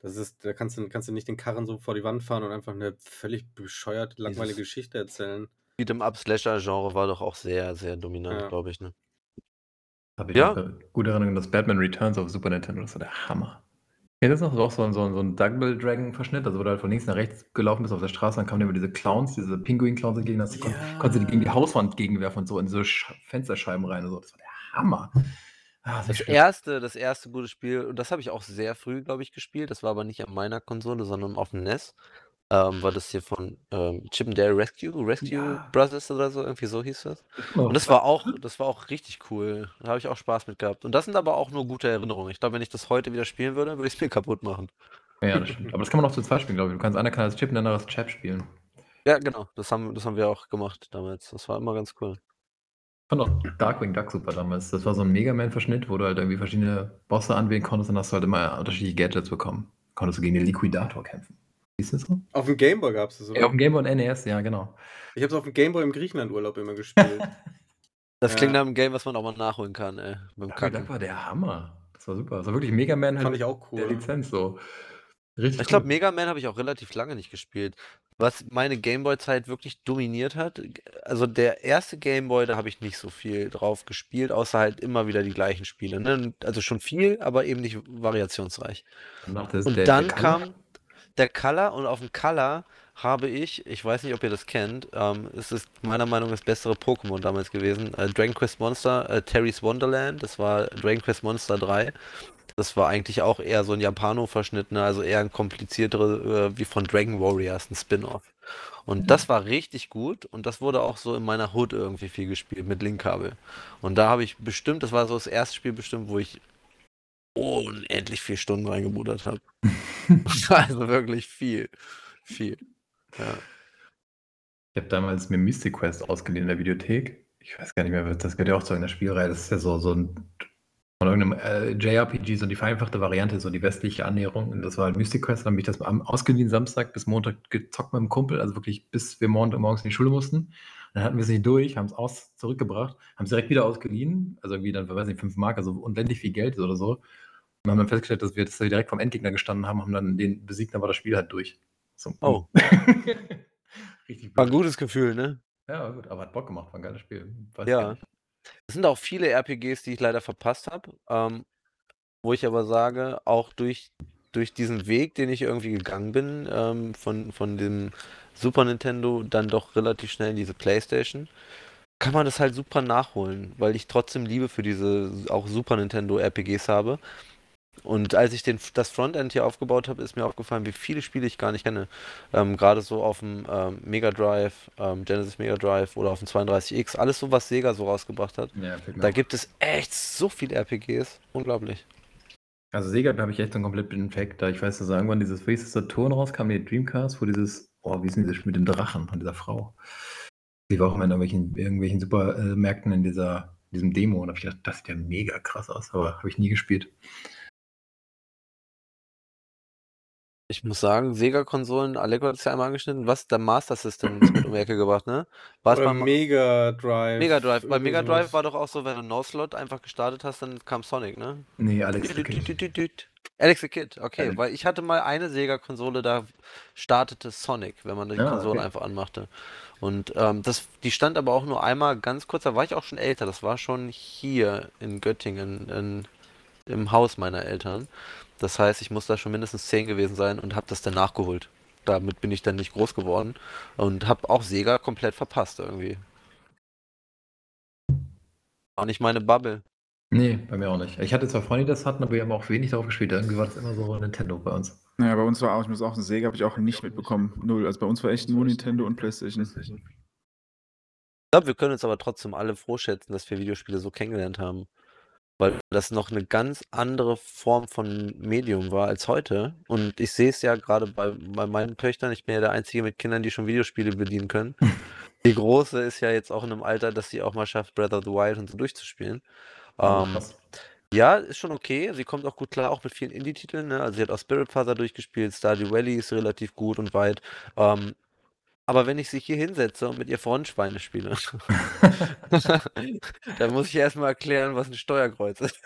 da kannst du nicht den Karren so vor die Wand fahren und einfach eine völlig bescheuerte, langweilige Dieses Geschichte erzählen. Beat'em-up-Slasher-Genre war doch auch sehr, sehr dominant, Ja. glaube ich, ne? habe ich Ja. noch gute Erinnerung, das Batman Returns auf Super Nintendo, das war der Hammer. Ja, das ist noch auch so ein Double Dragon Verschnitt, also wo du halt von links nach rechts gelaufen bist auf der Straße, dann kamen immer diese Clowns, diese Pinguin-Clowns entgegen, konntest du die gegen die Hauswand gegenwerfen und so in so Fensterscheiben rein und so. Das war der Hammer. Ah, Das erste gute Spiel, und das habe ich auch sehr früh, glaube ich, gespielt. Das war aber nicht an meiner Konsole, sondern auf dem NES. War das hier von Chip 'n Dale Rescue Ja. Brothers oder so, irgendwie so hieß das. Oh, Und das war auch richtig cool. Da habe ich auch Spaß mit gehabt. Und das sind aber auch nur gute Erinnerungen. Ich glaube, wenn ich das heute wieder spielen würde, würde ich es mir kaputt machen. Ja, das stimmt. Aber das kann man auch zu zweit spielen, glaube ich. Einer kann als Chip und der andere als Chap spielen. Ja, genau. Das haben wir auch gemacht damals. Das war immer ganz cool. Ich fand auch Darkwing Duck super damals. Das war so ein Mega Man-Verschnitt, wo du halt irgendwie verschiedene Bosse anwählen konntest und hast du halt immer unterschiedliche Gadgets bekommen. Konntest du gegen den Liquidator kämpfen. Siehst du das so? Auf dem Gameboy gab es das, oder? Ja, auf dem Game Boy und NES, ja, genau. Ich habe es auf dem Gameboy im Griechenland-Urlaub immer gespielt. Das klingt Ja. nach einem Game, was man auch mal nachholen kann, ey. Beim Darkwing Kacken. Duck war der Hammer. Das war super. Das war wirklich Mega Man halt Fand ich auch der cool. Lizenz so. Richtig Ich glaube, cool. Mega Man habe ich auch relativ lange nicht gespielt. Was meine Gameboy-Zeit wirklich dominiert hat, also der erste Gameboy, da habe ich nicht so viel drauf gespielt, außer halt immer wieder die gleichen Spiele. Ne? Also schon viel, aber eben nicht variationsreich. Und dann kam der Color und auf dem Color habe ich weiß nicht, ob ihr das kennt, es ist meiner Meinung nach das bessere Pokémon damals gewesen. Dragon Quest Monster, Terry's Wonderland, das war Dragon Quest Monster 3. Das war eigentlich auch eher so ein Japano-Verschnitt, ne? Also eher ein kompliziertere, wie von Dragon Warriors, ein Spin-off. Und das war richtig gut und das wurde auch so in meiner Hood irgendwie viel gespielt mit Linkkabel. Und da habe ich bestimmt, das war so das erste Spiel bestimmt, wo ich unendlich 4 Stunden reingebuddert habe. Also wirklich viel. Ja. Ich habe damals mir Mystic Quest ausgeliehen in der Videothek. Ich weiß gar nicht mehr, das gehört ja auch zu einer Spielreihe. Das ist ja so ein von irgendeinem JRPG, so die vereinfachte Variante, so die westliche Annäherung. Und das war halt Mystic Quest. Dann habe ich das am ausgeliehen, Samstag bis Montag gezockt mit dem Kumpel, also wirklich bis wir morgens in die Schule mussten. Dann hatten wir es nicht durch, haben es zurückgebracht, haben es direkt wieder ausgeliehen, also irgendwie dann, weiß nicht, 5 Mark, also unendlich viel Geld oder so. Und haben dann festgestellt, dass wir direkt vom Endgegner gestanden haben dann den besiegt, dann war das Spiel halt durch. So, Oh. Richtig War ein blöd. gutes Gefühl, ne? Ja, gut, aber hat Bock gemacht, war ein geiles Spiel. Weiß Ja. gar nicht. Es sind auch viele RPGs, die ich leider verpasst habe, wo ich aber sage, auch durch diesen Weg, den ich irgendwie gegangen bin, von dem Super Nintendo dann doch relativ schnell in diese PlayStation, kann man das halt super nachholen, weil ich trotzdem Liebe für diese auch Super Nintendo RPGs habe. Und als ich das Frontend hier aufgebaut habe, ist mir aufgefallen, wie viele Spiele ich gar nicht kenne. Gerade so auf dem Mega Drive, Genesis Mega Drive oder auf dem 32X, alles so, was Sega so rausgebracht hat. Ja, fällt mir Da auch. gibt es echt so viele RPGs. Unglaublich. Also Sega, da habe ich echt so einen komplett blinden Fact, da ich weiß, dass irgendwann dieses wie hieß das, Saturn rauskam, die Dreamcast, wo dieses, wie ist denn dieses Spiel mit dem Drachen von dieser Frau? Die war auch immer in irgendwelchen Supermärkten in diesem Demo und da habe ich gedacht, das sieht ja mega krass aus, aber habe ich nie gespielt. Ich muss sagen, Sega-Konsolen, Aleko hat es ja einmal angeschnitten, was? Der Master System ist mit um die Ecke gebracht, ne? War es Oder beim Mega Drive. Mega Drive? Bei irgendwie Mega Drive sowas. war doch auch so, wenn du No-Slot einfach gestartet hast, dann kam Sonic, ne? Nee, Alex the Kid. Alex the Kid, okay, Alex. weil ich hatte mal eine Sega-Konsole, da startete Sonic, wenn man die Ja, Konsole okay. einfach anmachte. Und die stand aber auch nur einmal ganz kurz, da war ich auch schon älter, das war schon hier in Göttingen, im Haus meiner Eltern. Das heißt, ich muss da schon mindestens 10 gewesen sein und habe das dann nachgeholt. Damit bin ich dann nicht groß geworden und habe auch Sega komplett verpasst irgendwie. Auch nicht meine Bubble. Nee, bei mir auch nicht. Ich hatte zwar Freunde, die das hatten, aber wir haben auch wenig darauf gespielt. Irgendwie war das immer so Nintendo bei uns. Naja, bei uns war auch, ich muss auch sagen, Sega habe ich auch nicht mitbekommen. Null. Also bei uns war echt nur Nintendo und PlayStation. Ich glaube, wir können uns aber trotzdem alle froh schätzen, dass wir Videospiele so kennengelernt haben. Weil das noch eine ganz andere Form von Medium war als heute. Und ich sehe es ja gerade bei meinen Töchtern, ich bin ja der Einzige mit Kindern, die schon Videospiele bedienen können. Die Große ist ja jetzt auch in einem Alter, dass sie auch mal schafft, Breath of the Wild und so durchzuspielen. Oh, Ähm, krass. ja, ist schon okay. Sie kommt auch gut klar, auch mit vielen Indie-Titeln. Ne? Also sie hat auch Spiritfarer durchgespielt, Stardew Valley ist relativ gut und weit. Aber wenn ich sie hier hinsetze und mit ihr Frontschweine spiele, dann muss ich erstmal erklären, was ein Steuerkreuz ist.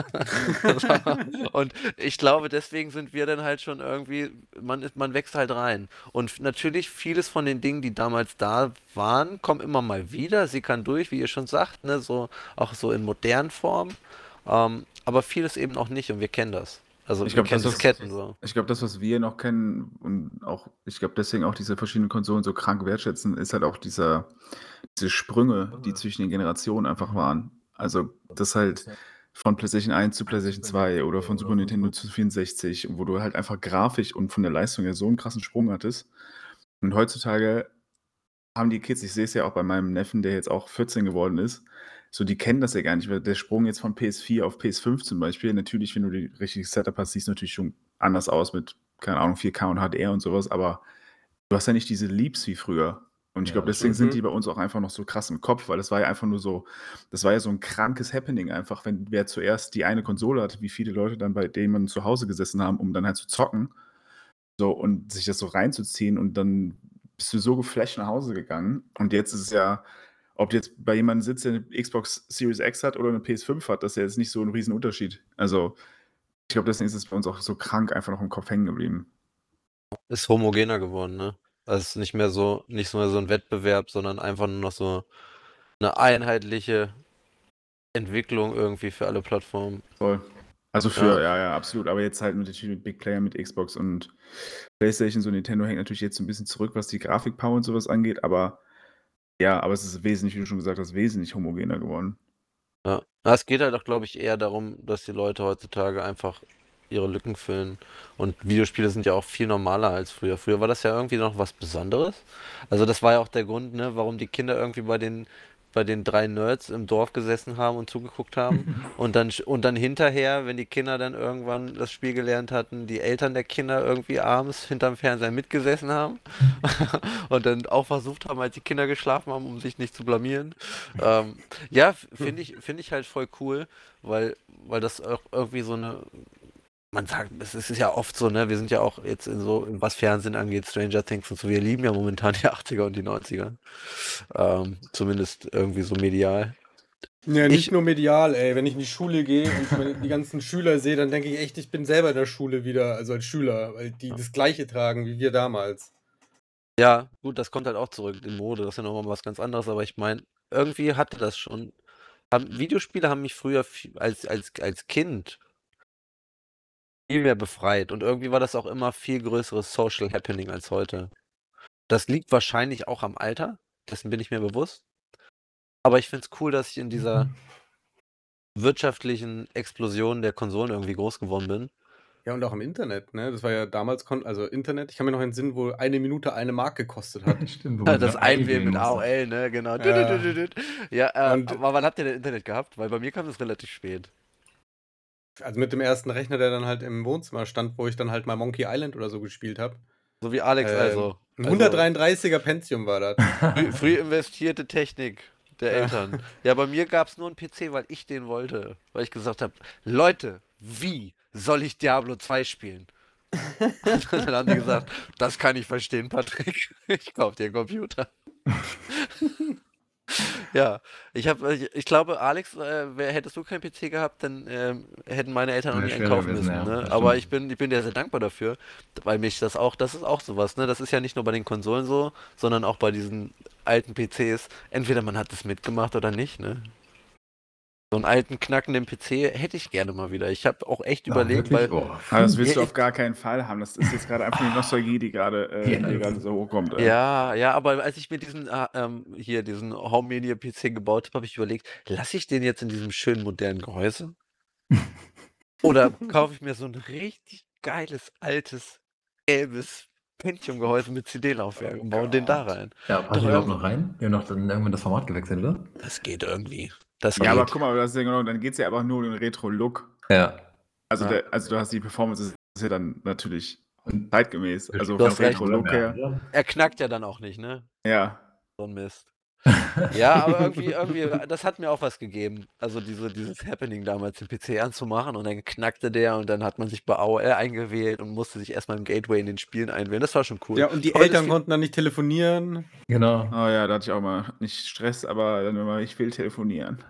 Und ich glaube, deswegen sind wir dann halt schon irgendwie, man wächst halt rein. Und natürlich, vieles von den Dingen, die damals da waren, kommen immer mal wieder. Sie kann durch, wie ihr schon sagt, ne, so, auch so in modernen Form. Aber vieles eben auch nicht und wir kennen das. Also Ich wir glaube, kennen das, Disketten so. ich glaube, das, was wir noch kennen und auch, ich glaube, deswegen auch diese verschiedenen Konsolen so krank wertschätzen, ist halt auch diese Sprünge, die zwischen den Generationen einfach waren. Also, das halt von PlayStation 1 zu PlayStation 2 oder von Super Nintendo zu 64, wo du halt einfach grafisch und von der Leistung her so einen krassen Sprung hattest. Und heutzutage haben die Kids, ich sehe es ja auch bei meinem Neffen, der jetzt auch 14 geworden ist, so, die kennen das ja gar nicht, weil der Sprung jetzt von PS4 auf PS5 zum Beispiel, natürlich, wenn du die richtige Setup hast, sieht es natürlich schon anders aus mit, keine Ahnung, 4K und HDR und sowas, aber du hast ja nicht diese Leaps wie früher. Und ich Ja, glaube, das deswegen stimmt. sind die bei uns auch einfach noch so krass im Kopf, weil das war ja einfach nur so, das war ja so ein krankes Happening einfach, wenn wer zuerst die eine Konsole hatte, wie viele Leute dann bei denen man zu Hause gesessen haben, um dann halt zu zocken. So, und sich das so reinzuziehen und dann bist du so geflasht nach Hause gegangen. Und jetzt ist es ja, ob du jetzt bei jemandem sitzt, der 'ne Xbox Series X hat oder 'ne PS5 hat, das ist ja jetzt nicht so 'n Riesenunterschied. Also, ich glaube, deswegen ist es bei uns auch so krank einfach noch im Kopf hängen geblieben. Ist homogener geworden, ne? Also es ist nicht mehr so ein Wettbewerb, sondern einfach nur noch so eine einheitliche Entwicklung irgendwie für alle Plattformen. Voll. Also Ja. ja, absolut. Aber jetzt halt mit Big Player, mit Xbox und PlayStation, so Nintendo hängt natürlich jetzt so 'n bisschen zurück, was die Grafikpower und so was angeht, aber ja, aber es ist wesentlich, wie du schon gesagt hast, wesentlich homogener geworden. Ja. Na, es geht halt auch, glaube ich, eher darum, dass die Leute heutzutage einfach ihre Lücken füllen. Und Videospiele sind ja auch viel normaler als früher. Früher war das ja irgendwie noch was Besonderes. Also das war ja auch der Grund, ne, warum die Kinder irgendwie bei den bei den 3 Nerds im Dorf gesessen haben und zugeguckt haben und dann hinterher, wenn die Kinder dann irgendwann das Spiel gelernt hatten, die Eltern der Kinder irgendwie abends hinterm Fernseher mitgesessen haben und dann auch versucht haben, als die Kinder geschlafen haben, um sich nicht zu blamieren. Ja, finde ich halt voll cool, weil das auch irgendwie so eine, man sagt, es ist ja oft so, ne, wir sind ja auch jetzt was Fernsehen angeht, Stranger Things und so, wir lieben ja momentan die 80er und die 90er. Zumindest irgendwie so medial. Ja, Ich- nicht nur medial, ey. Wenn ich in die Schule gehe und die ganzen Schüler sehe, dann denke ich echt, ich bin selber in der Schule wieder, also als Schüler, weil die das Gleiche tragen wie wir damals. Ja, gut, das kommt halt auch zurück in Mode, das ist ja nochmal was ganz anderes, aber ich meine, irgendwie hatte das schon. Videospiele haben mich früher als Kind viel mehr befreit und irgendwie war das auch immer viel größeres Social Happening als heute. Das liegt wahrscheinlich auch am Alter, dessen bin ich mir bewusst. Aber ich finde es cool, dass ich in dieser wirtschaftlichen Explosion der Konsolen irgendwie groß geworden bin. Ja, und auch im Internet, ne? Das war ja damals, also Internet, ich kann mir noch entsinnen, wo 1 Minute 1 Mark gekostet hat. Stimmt, wo man Das noch Einwählen mit musste. AOL, ne, genau. Ja. Ja, Und- aber wann habt ihr denn Internet gehabt? Weil bei mir kam das relativ spät. Also mit dem ersten Rechner, der dann halt im Wohnzimmer stand, wo ich dann halt mal Monkey Island oder so gespielt habe. So wie Alex also. Ein 133er Pentium war das. Früh investierte Technik der Eltern. Ja, bei mir gab es nur einen PC, weil ich den wollte. Weil ich gesagt habe, Leute, wie soll ich Diablo 2 spielen? Und dann haben die gesagt, das kann ich verstehen, Patrick. Ich kauf dir einen Computer. Ja, ich glaube, Alex, hättest du keinen PC gehabt, dann hätten meine Eltern auch Wäre nicht schwerer einkaufen gewesen, müssen. ja, Ne? das Aber stimmt. ich bin dir sehr dankbar dafür, weil mich das ist auch sowas, ne? Das ist ja nicht nur bei den Konsolen so, sondern auch bei diesen alten PCs. Entweder man hat es mitgemacht oder nicht, ne? So einen alten, knackenden PC hätte ich gerne mal wieder. Ich habe auch echt überlegt, weil Oh, Aber das willst Ja, du auf gar keinen Fall haben. Das ist jetzt gerade einfach die Nostalgie, die gerade Ja, die gerade so hochkommt. ey. ja, aber als ich mir diesen Home Media PC gebaut habe, habe ich überlegt, lasse ich den jetzt in diesem schönen modernen Gehäuse? Oder kaufe ich mir so ein richtig geiles, altes, gelbes Pentium-Gehäuse mit CD-Laufwerk und baue den da rein? Ja, passt Doch die überhaupt irgendwie. noch rein? Wir haben doch dann irgendwann das Format gewechselt, oder? Das geht irgendwie. Das Ja, aber geht. guck mal, das ist ja genau, dann geht es ja aber nur um den Retro-Look. Ja. Also, Ja. also du hast die Performance, das ist ja dann natürlich zeitgemäß. Also Du vom hast recht. Retro-Look her. Er knackt ja dann auch nicht, ne? Ja. So ein Mist. Ja, aber irgendwie, das hat mir auch was gegeben. Also dieses Happening damals, den PC anzumachen und dann knackte der und dann hat man sich bei AOL eingewählt und musste sich erstmal im Gateway in den Spielen einwählen. Das war schon cool. Ja, und die Heute Eltern ist konnten dann nicht telefonieren. Genau. Oh ja, da hatte ich auch mal nicht Stress, aber dann immer, ich will telefonieren.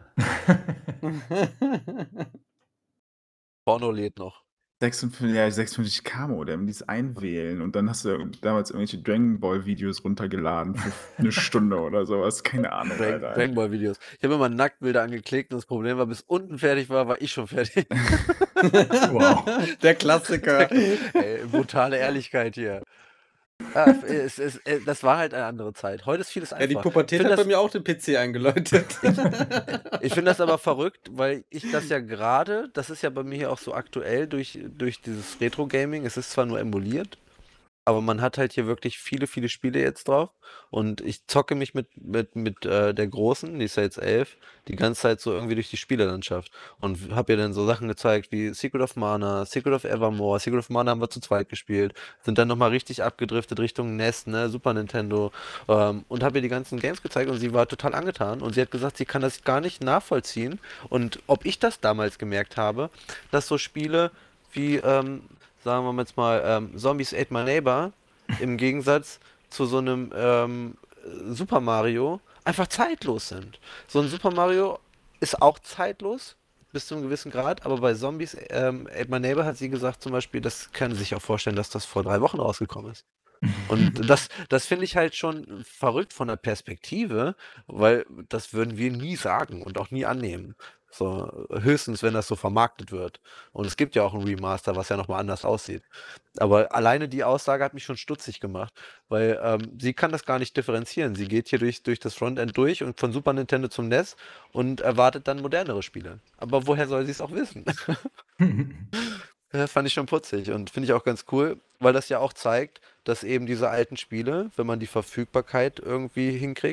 Porno lädt noch. 56 K-Modem, dieses Einwählen und dann hast du damals irgendwelche Dragon Ball Videos runtergeladen für eine Stunde oder sowas. Keine Ahnung, Alter. Dragon Ball Videos. Ich habe immer Nacktbilder angeklickt und das Problem war, bis unten fertig war ich schon fertig. Wow. Der Klassiker. Ey, brutale Ehrlichkeit hier. Ja, das war halt eine andere Zeit. Heute ist vieles Ja, die einfach. Pubertät hat bei mir auch den PC eingeläutet. Ich finde das aber verrückt, weil ich das ja gerade, das ist ja bei mir hier auch so aktuell durch dieses Retro-Gaming, es ist zwar nur emuliert, aber man hat halt hier wirklich viele, viele Spiele jetzt drauf und ich zocke mich mit der Großen, die ist ja jetzt 11, die ganze Zeit so irgendwie durch die Spielelandschaft und habe ihr dann so Sachen gezeigt wie Secret of Mana, Secret of Evermore, Secret of Mana haben wir zu zweit gespielt, sind dann nochmal richtig abgedriftet Richtung NES, ne, Super Nintendo und habe ihr die ganzen Games gezeigt und sie war total angetan und sie hat gesagt, sie kann das gar nicht nachvollziehen und ob ich das damals gemerkt habe, dass so Spiele wie sagen wir jetzt mal, Zombies Ate My Neighbor im Gegensatz zu so einem Super Mario einfach zeitlos sind. So ein Super Mario ist auch zeitlos, bis zu einem gewissen Grad, aber bei Zombies Ate My Neighbor hat sie gesagt zum Beispiel, das kann sie sich auch vorstellen, dass das vor 3 Wochen rausgekommen ist. Und das finde ich halt schon verrückt von der Perspektive, weil das würden wir nie sagen und auch nie annehmen. So, höchstens, wenn das so vermarktet wird. Und es gibt ja auch ein Remaster, was ja nochmal anders aussieht. Aber alleine die Aussage hat mich schon stutzig gemacht, weil sie kann das gar nicht differenzieren. Sie geht hier durch das Frontend durch und von Super Nintendo zum NES und erwartet dann modernere Spiele. Aber woher soll sie es auch wissen? Ja, fand ich schon putzig und finde ich auch ganz cool, weil das ja auch zeigt, dass eben diese alten Spiele, wenn man die Verfügbarkeit irgendwie hinkriegt,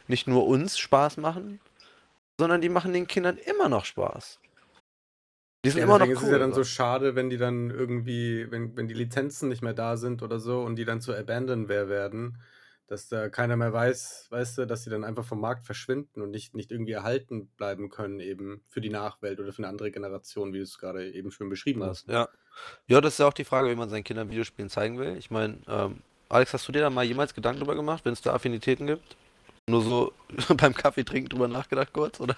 nicht nur uns Spaß machen, sondern die machen den Kindern immer noch Spaß. Die sind Ja, immer deswegen noch ist es ja cool. dann so So. schade, wenn die dann irgendwie, wenn die Lizenzen nicht mehr da sind oder so und die dann zu Abandonware werden, dass da keiner mehr weiß, weißt du, dass sie dann einfach vom Markt verschwinden und nicht irgendwie erhalten bleiben können, eben für die Nachwelt oder für eine andere Generation, wie du es gerade eben schön beschrieben hast. Ja. Ja, das ist ja auch die Frage, wie man seinen Kindern Videospielen zeigen will. Ich meine, Alex, hast du dir da mal jemals Gedanken drüber gemacht, wenn es da Affinitäten gibt? Nur so beim Kaffee trinken drüber nachgedacht kurz, oder?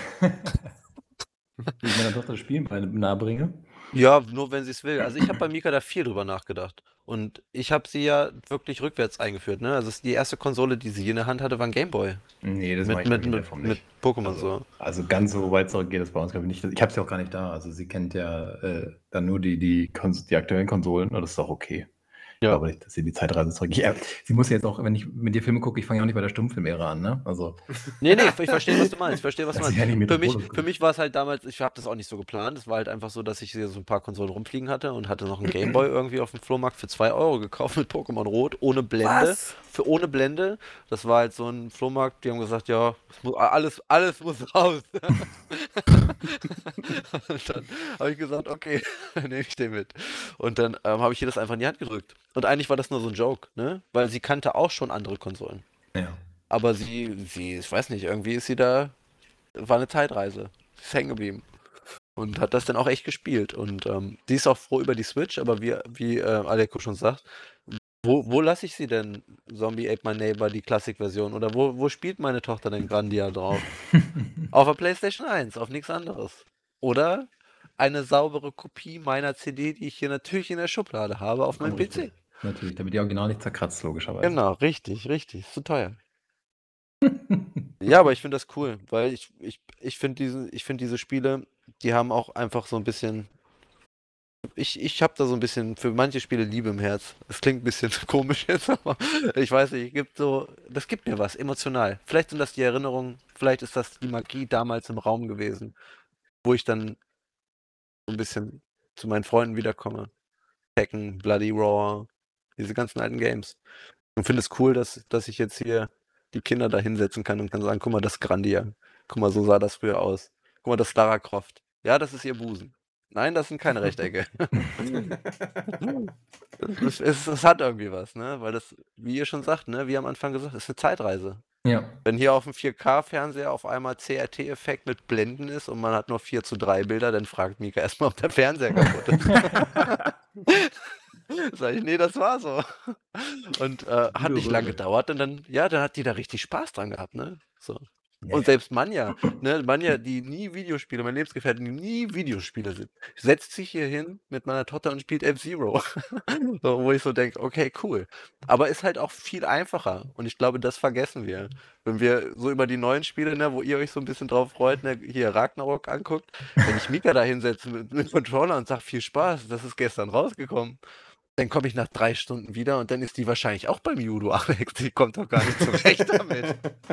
Wie ich meiner Tochter das Spielen nahebringe. Ja, nur wenn sie es will. Also ich habe bei Mika da viel drüber nachgedacht. Und ich habe sie ja wirklich rückwärts eingeführt, ne? Also die erste Konsole, die sie in der Hand hatte, war ein Gameboy. Nee, das mache Mit, ich mit, in der mit, Form mit nicht. Pokémon Also, so. also ganz so weit zurück geht es bei uns, glaube ich, nicht. Ich habe sie auch gar nicht da. Also sie kennt ja dann nur die aktuellen Konsolen und das ist auch okay. Ich Ja. glaube nicht, dass sie die Zeitreise zurück. Ja, sie muss jetzt auch, wenn ich mit dir Filme gucke, ich fange ja auch nicht bei der Stummfilmära an, ne? Also, Nee, ich verstehe, was du meinst. Ich verstehe, was du das ist meinst. ja nicht Für Metropolis. mich war es halt damals, ich habe das auch nicht so geplant. Es war halt einfach so, dass ich hier so ein paar Konsolen rumfliegen hatte und hatte noch einen Gameboy irgendwie auf dem Flohmarkt für 2 Euro gekauft mit Pokémon Rot, ohne Blende. Was? Ohne Blende. Das war halt so ein Flohmarkt, die haben gesagt, ja, alles muss raus. Und dann habe ich gesagt, okay, nehme ich den mit. Und dann habe ich ihr das einfach in die Hand gedrückt. Und eigentlich war das nur so ein Joke, ne? Weil sie kannte auch schon andere Konsolen. Ja. Aber ich weiß nicht, irgendwie ist sie da, war eine Zeitreise. Sie ist hängen geblieben. Und hat das dann auch echt gespielt. Und sie ist auch froh über die Switch, aber wie Aleko schon sagt, wo lasse ich sie denn, Zombie Ate My Neighbor, die Classic-Version? Oder wo spielt meine Tochter denn Grandia drauf? Auf der PlayStation 1, auf nichts anderes. Oder eine saubere Kopie meiner CD, die ich hier natürlich in der Schublade habe, auf meinem PC. Natürlich, damit die Original nicht zerkratzt, logischerweise. Genau, richtig. Ist zu teuer. Ja, aber ich finde das cool, weil ich finde diese Spiele, die haben auch einfach so ein bisschen. Ich habe da so ein bisschen für manche Spiele Liebe im Herz. Das klingt ein bisschen komisch jetzt, aber ich weiß nicht, das gibt mir was, emotional. Vielleicht sind das die Erinnerungen, vielleicht ist das die Magie damals im Raum gewesen, wo ich dann so ein bisschen zu meinen Freunden wiederkomme. Tekken, Bloody Roar, diese ganzen alten Games. Und finde es cool, dass ich jetzt hier die Kinder da hinsetzen kann und kann sagen, guck mal, das ist Grandia. Guck mal, so sah das früher aus. Guck mal, das ist Lara Croft. Ja, das ist ihr Busen. Nein, das sind keine Rechtecke. Es hat irgendwie was, ne? Weil das, wie ihr schon sagt, ne, wie am Anfang gesagt, ist eine Zeitreise. Ja. Wenn hier auf dem 4K-Fernseher auf einmal CRT-Effekt mit Blenden ist und man hat nur 4:3 Bilder, dann fragt Mika erstmal, ob der Fernseher kaputt ist. Sag ich, nee, das war so. Und hat nicht lange gedauert und dann hat die da richtig Spaß dran gehabt, ne? So. Und selbst Manja, ne, die nie Videospiele, meine Lebensgefährtin, die nie Videospiele sind, setzt sich hier hin mit meiner Tochter und spielt F-Zero. So, wo ich so denke, okay, cool. Aber ist halt auch viel einfacher. Und ich glaube, das vergessen wir. Wenn wir so über die neuen Spiele, ne, wo ihr euch so ein bisschen drauf freut, ne, hier Ragnarok anguckt, wenn ich Mika da hinsetze mit Controller und sage, viel Spaß, das ist gestern rausgekommen. Dann komme ich nach 3 Stunden wieder und dann ist die wahrscheinlich auch beim Judo, Alex. Die kommt doch gar nicht zurecht damit.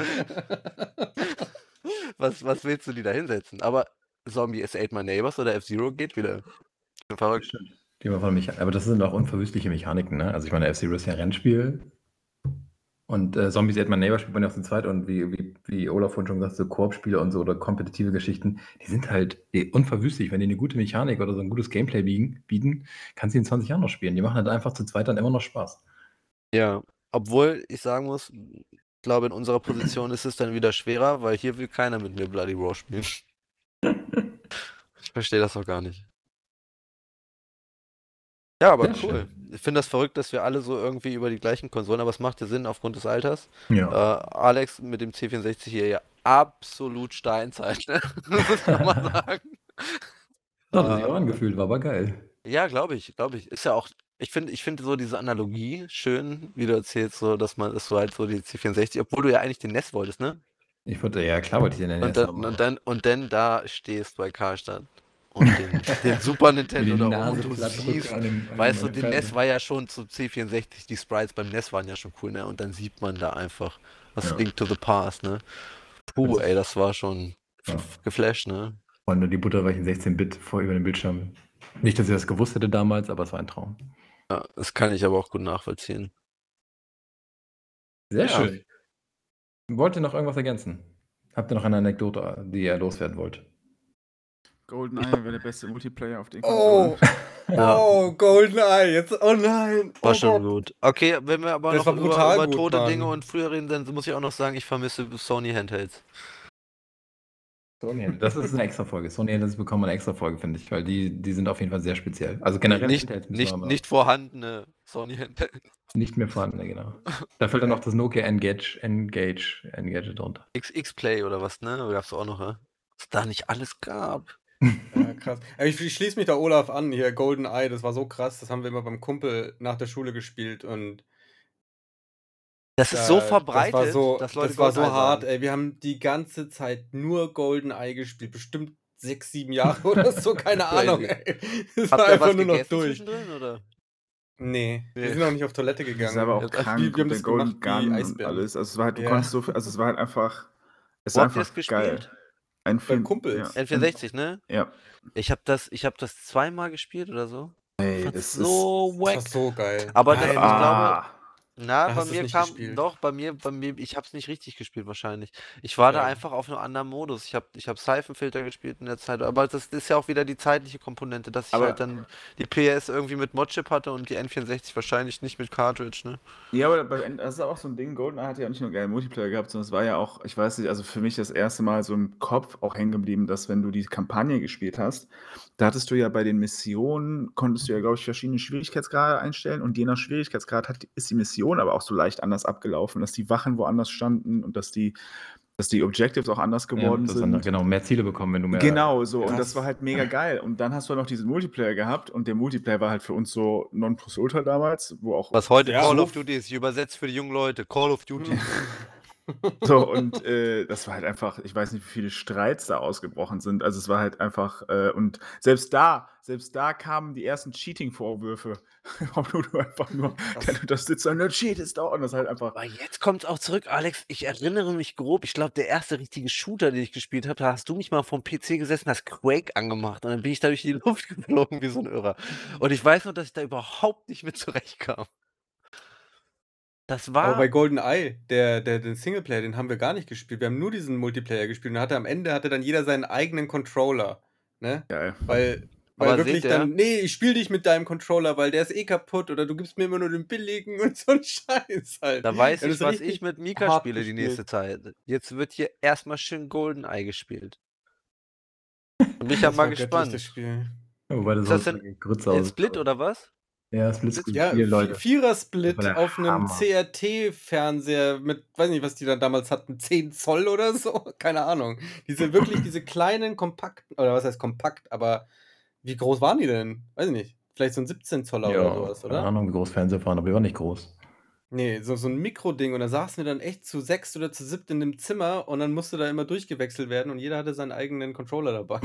Was willst du die da hinsetzen? Aber Zombie Ate My Neighbors oder F-Zero geht wieder. Ich bin verrückt. Aber das sind auch unverwüstliche Mechaniken, ne? Also ich meine, F-Zero ist ja ein Rennspiel. Und Zombies Ate My Neighbor spielt man ja auch zu zweit und wie Olaf vorhin schon gesagt hat, so Koop-Spiele und so oder kompetitive Geschichten, die sind halt unverwüstlich. Wenn die eine gute Mechanik oder so ein gutes Gameplay bieten, kannst du die in 20 Jahren noch spielen. Die machen halt einfach zu zweit dann immer noch Spaß. Ja, obwohl ich sagen muss, ich glaube, in unserer Position ist es dann wieder schwerer, weil hier will keiner mit mir Bloody Roar spielen. Ich verstehe das auch gar nicht. Ja, aber Sehr cool. Ich finde das verrückt, dass wir alle so irgendwie über die gleichen Konsolen, aber es macht ja Sinn aufgrund des Alters. Ja. Alex mit dem C64 hier ja absolut Steinzeit, ne? Muss man mal sagen. Das hat sich auch angefühlt, war aber geil. Ja, glaube ich. Ist ja auch, ich finde so diese Analogie schön, wie du erzählst, so, dass du halt so die C64, obwohl du ja eigentlich den NES wolltest, ne? Ja klar wollte ich den NES haben. Und dann da stehst bei Karstadt und den Super Nintendo da oben und du siehst, weißt du, den NES war ja schon zum C64, die Sprites beim NES waren ja schon cool, ne? Und dann sieht man da einfach was Link to the Past, ne? Puh, ey, das war schon geflasht, ne? Und nur die butterweichen 16-Bit vor über dem Bildschirm. Nicht, dass ich das gewusst hätte damals, aber es war ein Traum. Ja, das kann ich aber auch gut nachvollziehen. Sehr schön. Wollt ihr noch irgendwas ergänzen? Habt ihr noch eine Anekdote, die ihr loswerden wollt? GoldenEye wäre der beste Multiplayer auf den Konsolen. Ja. Oh, GoldenEye, jetzt, oh nein. War Oh schon Gott. gut. Okay, wenn wir aber Das noch war brutal über gut, tote Mann. Dinge und früher reden, dann muss ich auch noch sagen, ich vermisse Sony Handhelds. Sony, das ist eine extra Folge. Sony Handhelds bekommen eine extra Folge, finde ich, weil die sind auf jeden Fall sehr speziell. Also generell Nicht, Handhelds müssen wir nicht, mal- nicht vorhandene Sony Handhelds. nicht mehr vorhanden, genau. Da fällt dann noch das Nokia Engage drunter. X-Play oder was, ne? Gab's auch noch, ne? Was da nicht alles gab. Ja, krass. Ich schließe mich da Olaf an, hier GoldenEye, das war so krass, das haben wir immer beim Kumpel nach der Schule gespielt und Das ist so das verbreitet, war so, dass Leute das war so GoldenEye hart, sagen. ey. Wir haben die ganze Zeit nur GoldenEye gespielt, bestimmt 6, 7 Jahre oder so, keine Ahnung, Crazy. ey. Das Habt war ihr einfach was nur noch gegessen durch. zwischendrin, oder? Nee, wir Nee. sind auch nicht auf Toilette Das ist gegangen. aber auch Ja, krank wir haben und der das gemacht Golden wie Gun und Eisbären. alles. Also es war halt, du Ja. konntest so viel, also es war halt einfach, es Wo war habt ihr einfach das geil. gespielt? Ein Beim Film, Kumpels. ja. N64, ne? Ja. Ich hab das zweimal gespielt oder so. Ey, Fand's das so Das war wack. so geil. Aber Nein, ich glaube, Da bei hast du's mir nicht kam, gespielt. doch, bei mir, ich hab's nicht richtig gespielt wahrscheinlich. Ich war da Ja. einfach auf einem anderen Modus. Ich hab Seifenfilter gespielt in der Zeit, aber das ist ja auch wieder die zeitliche Komponente, dass ich Aber- halt dann die PS irgendwie mit Modchip hatte und die N64 wahrscheinlich nicht mit Cartridge, ne? Ja, aber das ist auch so ein Ding, GoldenEye hat ja nicht nur geilen Multiplayer gehabt, sondern es war ja auch, ich weiß nicht, also für mich das erste Mal so im Kopf auch hängen geblieben, dass wenn du die Kampagne gespielt hast, da hattest du ja bei den Missionen, konntest du ja, glaube ich, verschiedene Schwierigkeitsgrade einstellen und je nach Schwierigkeitsgrad ist die Mission aber auch so leicht anders abgelaufen, dass die Wachen woanders standen und dass die Objectives auch anders geworden das dann, sind. genau, mehr Ziele bekommen, wenn du mehr. Genau, so. Und Krass. das war halt mega geil. Und dann hast du noch diesen Multiplayer gehabt und der Multiplayer war halt für uns so Nonplusultra damals, wo auch Was heute Ja. Call So- of Duty ist, ich übersetze für die jungen Leute, Call of Duty. so und das war halt einfach, ich weiß nicht, wie viele Streits da ausgebrochen sind. Also es war halt einfach, und selbst da kamen die ersten Cheating-Vorwürfe. Ob du einfach nur, das sitzt und du cheatest auch. Und das halt einfach. Aber jetzt kommt's auch zurück, Alex. Ich erinnere mich grob, ich glaube, der erste richtige Shooter, den ich gespielt habe, da hast du mich mal vom PC gesessen, hast Quake angemacht und dann bin ich da durch die Luft geflogen wie so ein Irrer. Und ich weiß noch, dass ich da überhaupt nicht mit zurechtkam. Das Aber war. bei GoldenEye, den Singleplayer, den haben wir gar nicht gespielt. Wir haben nur diesen Multiplayer gespielt und am Ende hatte dann jeder seinen eigenen Controller. Ne? Geil. Weil Aber wirklich seht ihr? dann, nee, ich spiele dich mit deinem Controller, weil der ist eh kaputt oder du gibst mir immer nur den billigen und so ein Scheiß halt. Da weiß Ja, das ich, ist was richtig ich mit Mika hart spiele die gespielt. nächste Zeit. Jetzt wird hier erstmal schön GoldenEye gespielt. Und bin ich ja Das mal war göttlich, das gespannt. Spiel. Wobei das Ist das heutzutage Grütze In aus. Split oder was? Ja, Split-Screen, Ja, 4 Leute. Vierer-Split Das war der auf einem Hammer. CRT-Fernseher mit, weiß nicht, was die dann damals hatten, 10 Zoll oder so? Keine Ahnung. Diese kleinen, kompakten, oder was heißt kompakt, aber wie groß waren die denn? Weiß ich nicht. Vielleicht so ein 17 Zoller oder Ja, sowas, keine oder? Ahnung, wie groß Fernseher waren, aber die waren nicht groß. Nee, so ein Mikroding und da saßen wir dann echt zu 6 oder zu 7 in dem Zimmer und dann musste da immer durchgewechselt werden und jeder hatte seinen eigenen Controller dabei.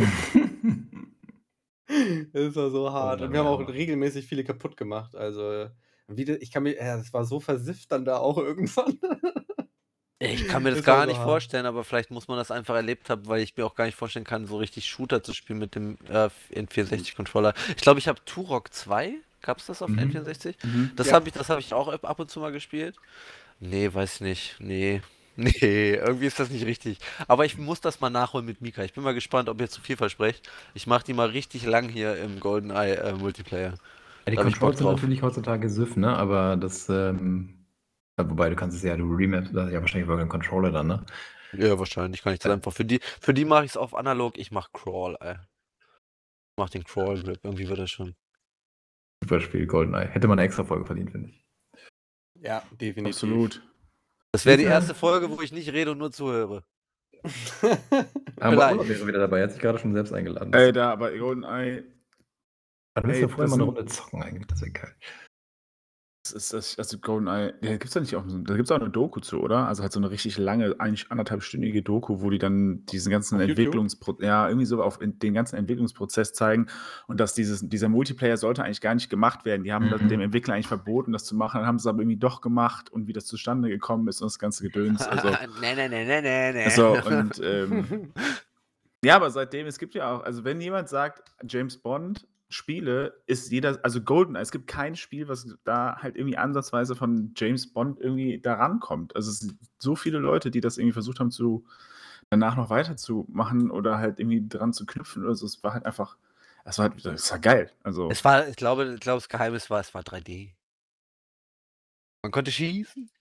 Das war so hart. Und wir haben auch Hammer. regelmäßig viele kaputt gemacht. Also, das war so versifft dann da auch irgendwann. Ich kann mir das Das war gar so nicht hart. vorstellen, aber vielleicht muss man das einfach erlebt haben, weil ich mir auch gar nicht vorstellen kann, so richtig Shooter zu spielen mit dem N64-Controller. Ich glaube, ich habe Turok 2, gab's das auf Mhm. N64? Mhm. Das Ja. habe ich auch ab und zu mal gespielt. Nee, weiß nicht. Nee. Nee, irgendwie ist das nicht richtig. Aber ich muss das mal nachholen mit Mika. Ich bin mal gespannt, ob ihr zu viel versprecht. Ich mache die mal richtig lang hier im GoldenEye Multiplayer. Ja, die Da hab ich Bock Controls sind drauf. natürlich heutzutage SIF, ne? Aber das, wobei du kannst es ja, du remappst das ja wahrscheinlich über den Controller dann, ne? Ja, wahrscheinlich kann ich das einfach. Für die mache ich es auf analog. Ich mache Crawl, ey. Ich mach den Crawl-Grip. Irgendwie wird das schon. Super Spiel, GoldenEye. Hätte man eine extra Folge verdient, finde ich. Ja, definitiv. Absolut. Das wäre die Ja. erste Folge, wo ich nicht rede und nur zuhöre. Aber Vielleicht. Olaf wäre wieder dabei, er hat sich gerade schon selbst eingeladen. Ey, da, aber GoldenEye, Aber müssen ey, wir vorher das mal eine sind- Runde zocken eigentlich, das wäre geil. also GoldenEye, da gibt es da nicht auch, da gibt's auch eine Doku zu, oder? Also halt so eine richtig lange, eigentlich 1,5-stündige Doku, wo die dann diesen ganzen Auf YouTube? irgendwie so den ganzen Entwicklungsprozess zeigen und dass dieser Multiplayer sollte eigentlich gar nicht gemacht werden. Die haben dem Entwickler eigentlich verboten, das zu machen, dann haben sie es aber irgendwie doch gemacht und wie das zustande gekommen ist und das ganze Gedöns. Also, nee. also und ja, aber seitdem, es gibt ja auch, also wenn jemand sagt, James Bond Spiele ist jeder, also GoldenEye, es gibt kein Spiel, was da halt irgendwie ansatzweise von James Bond irgendwie da rankommt. Also es sind so viele Leute, die das irgendwie versucht haben danach noch weiterzumachen oder halt irgendwie dran zu knüpfen oder so. Es war halt einfach, es war geil. Also Ich glaube, das Geheimnis war, es war 3D. Man konnte schießen.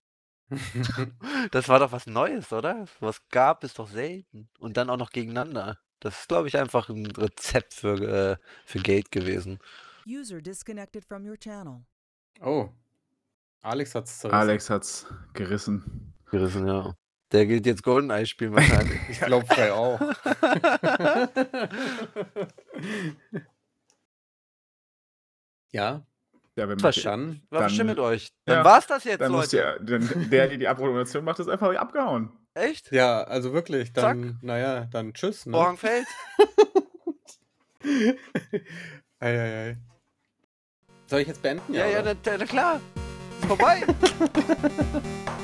Das war doch was Neues, oder? Was gab es doch selten. Und dann auch noch gegeneinander. Das ist, glaube ich, einfach ein Rezept für Geld gewesen. User disconnected from your channel. Oh. Alex hat's zerrissen. Alex hat's gerissen. Gerissen, ja. Der geht jetzt GoldenEye spielen wahrscheinlich. Ich glaube frei auch. Ja, Ja, wenn verstanden. War Dann- schön mit euch. Dann ja, war's das jetzt, dann muss Leute. der, die Abmoderation macht, ist einfach abgehauen. Echt? Ja, also wirklich, dann, naja, dann tschüss. Ne? Vorhang fällt. Eieiei. Soll ich jetzt beenden? Ja, oder? na klar. Ist vorbei.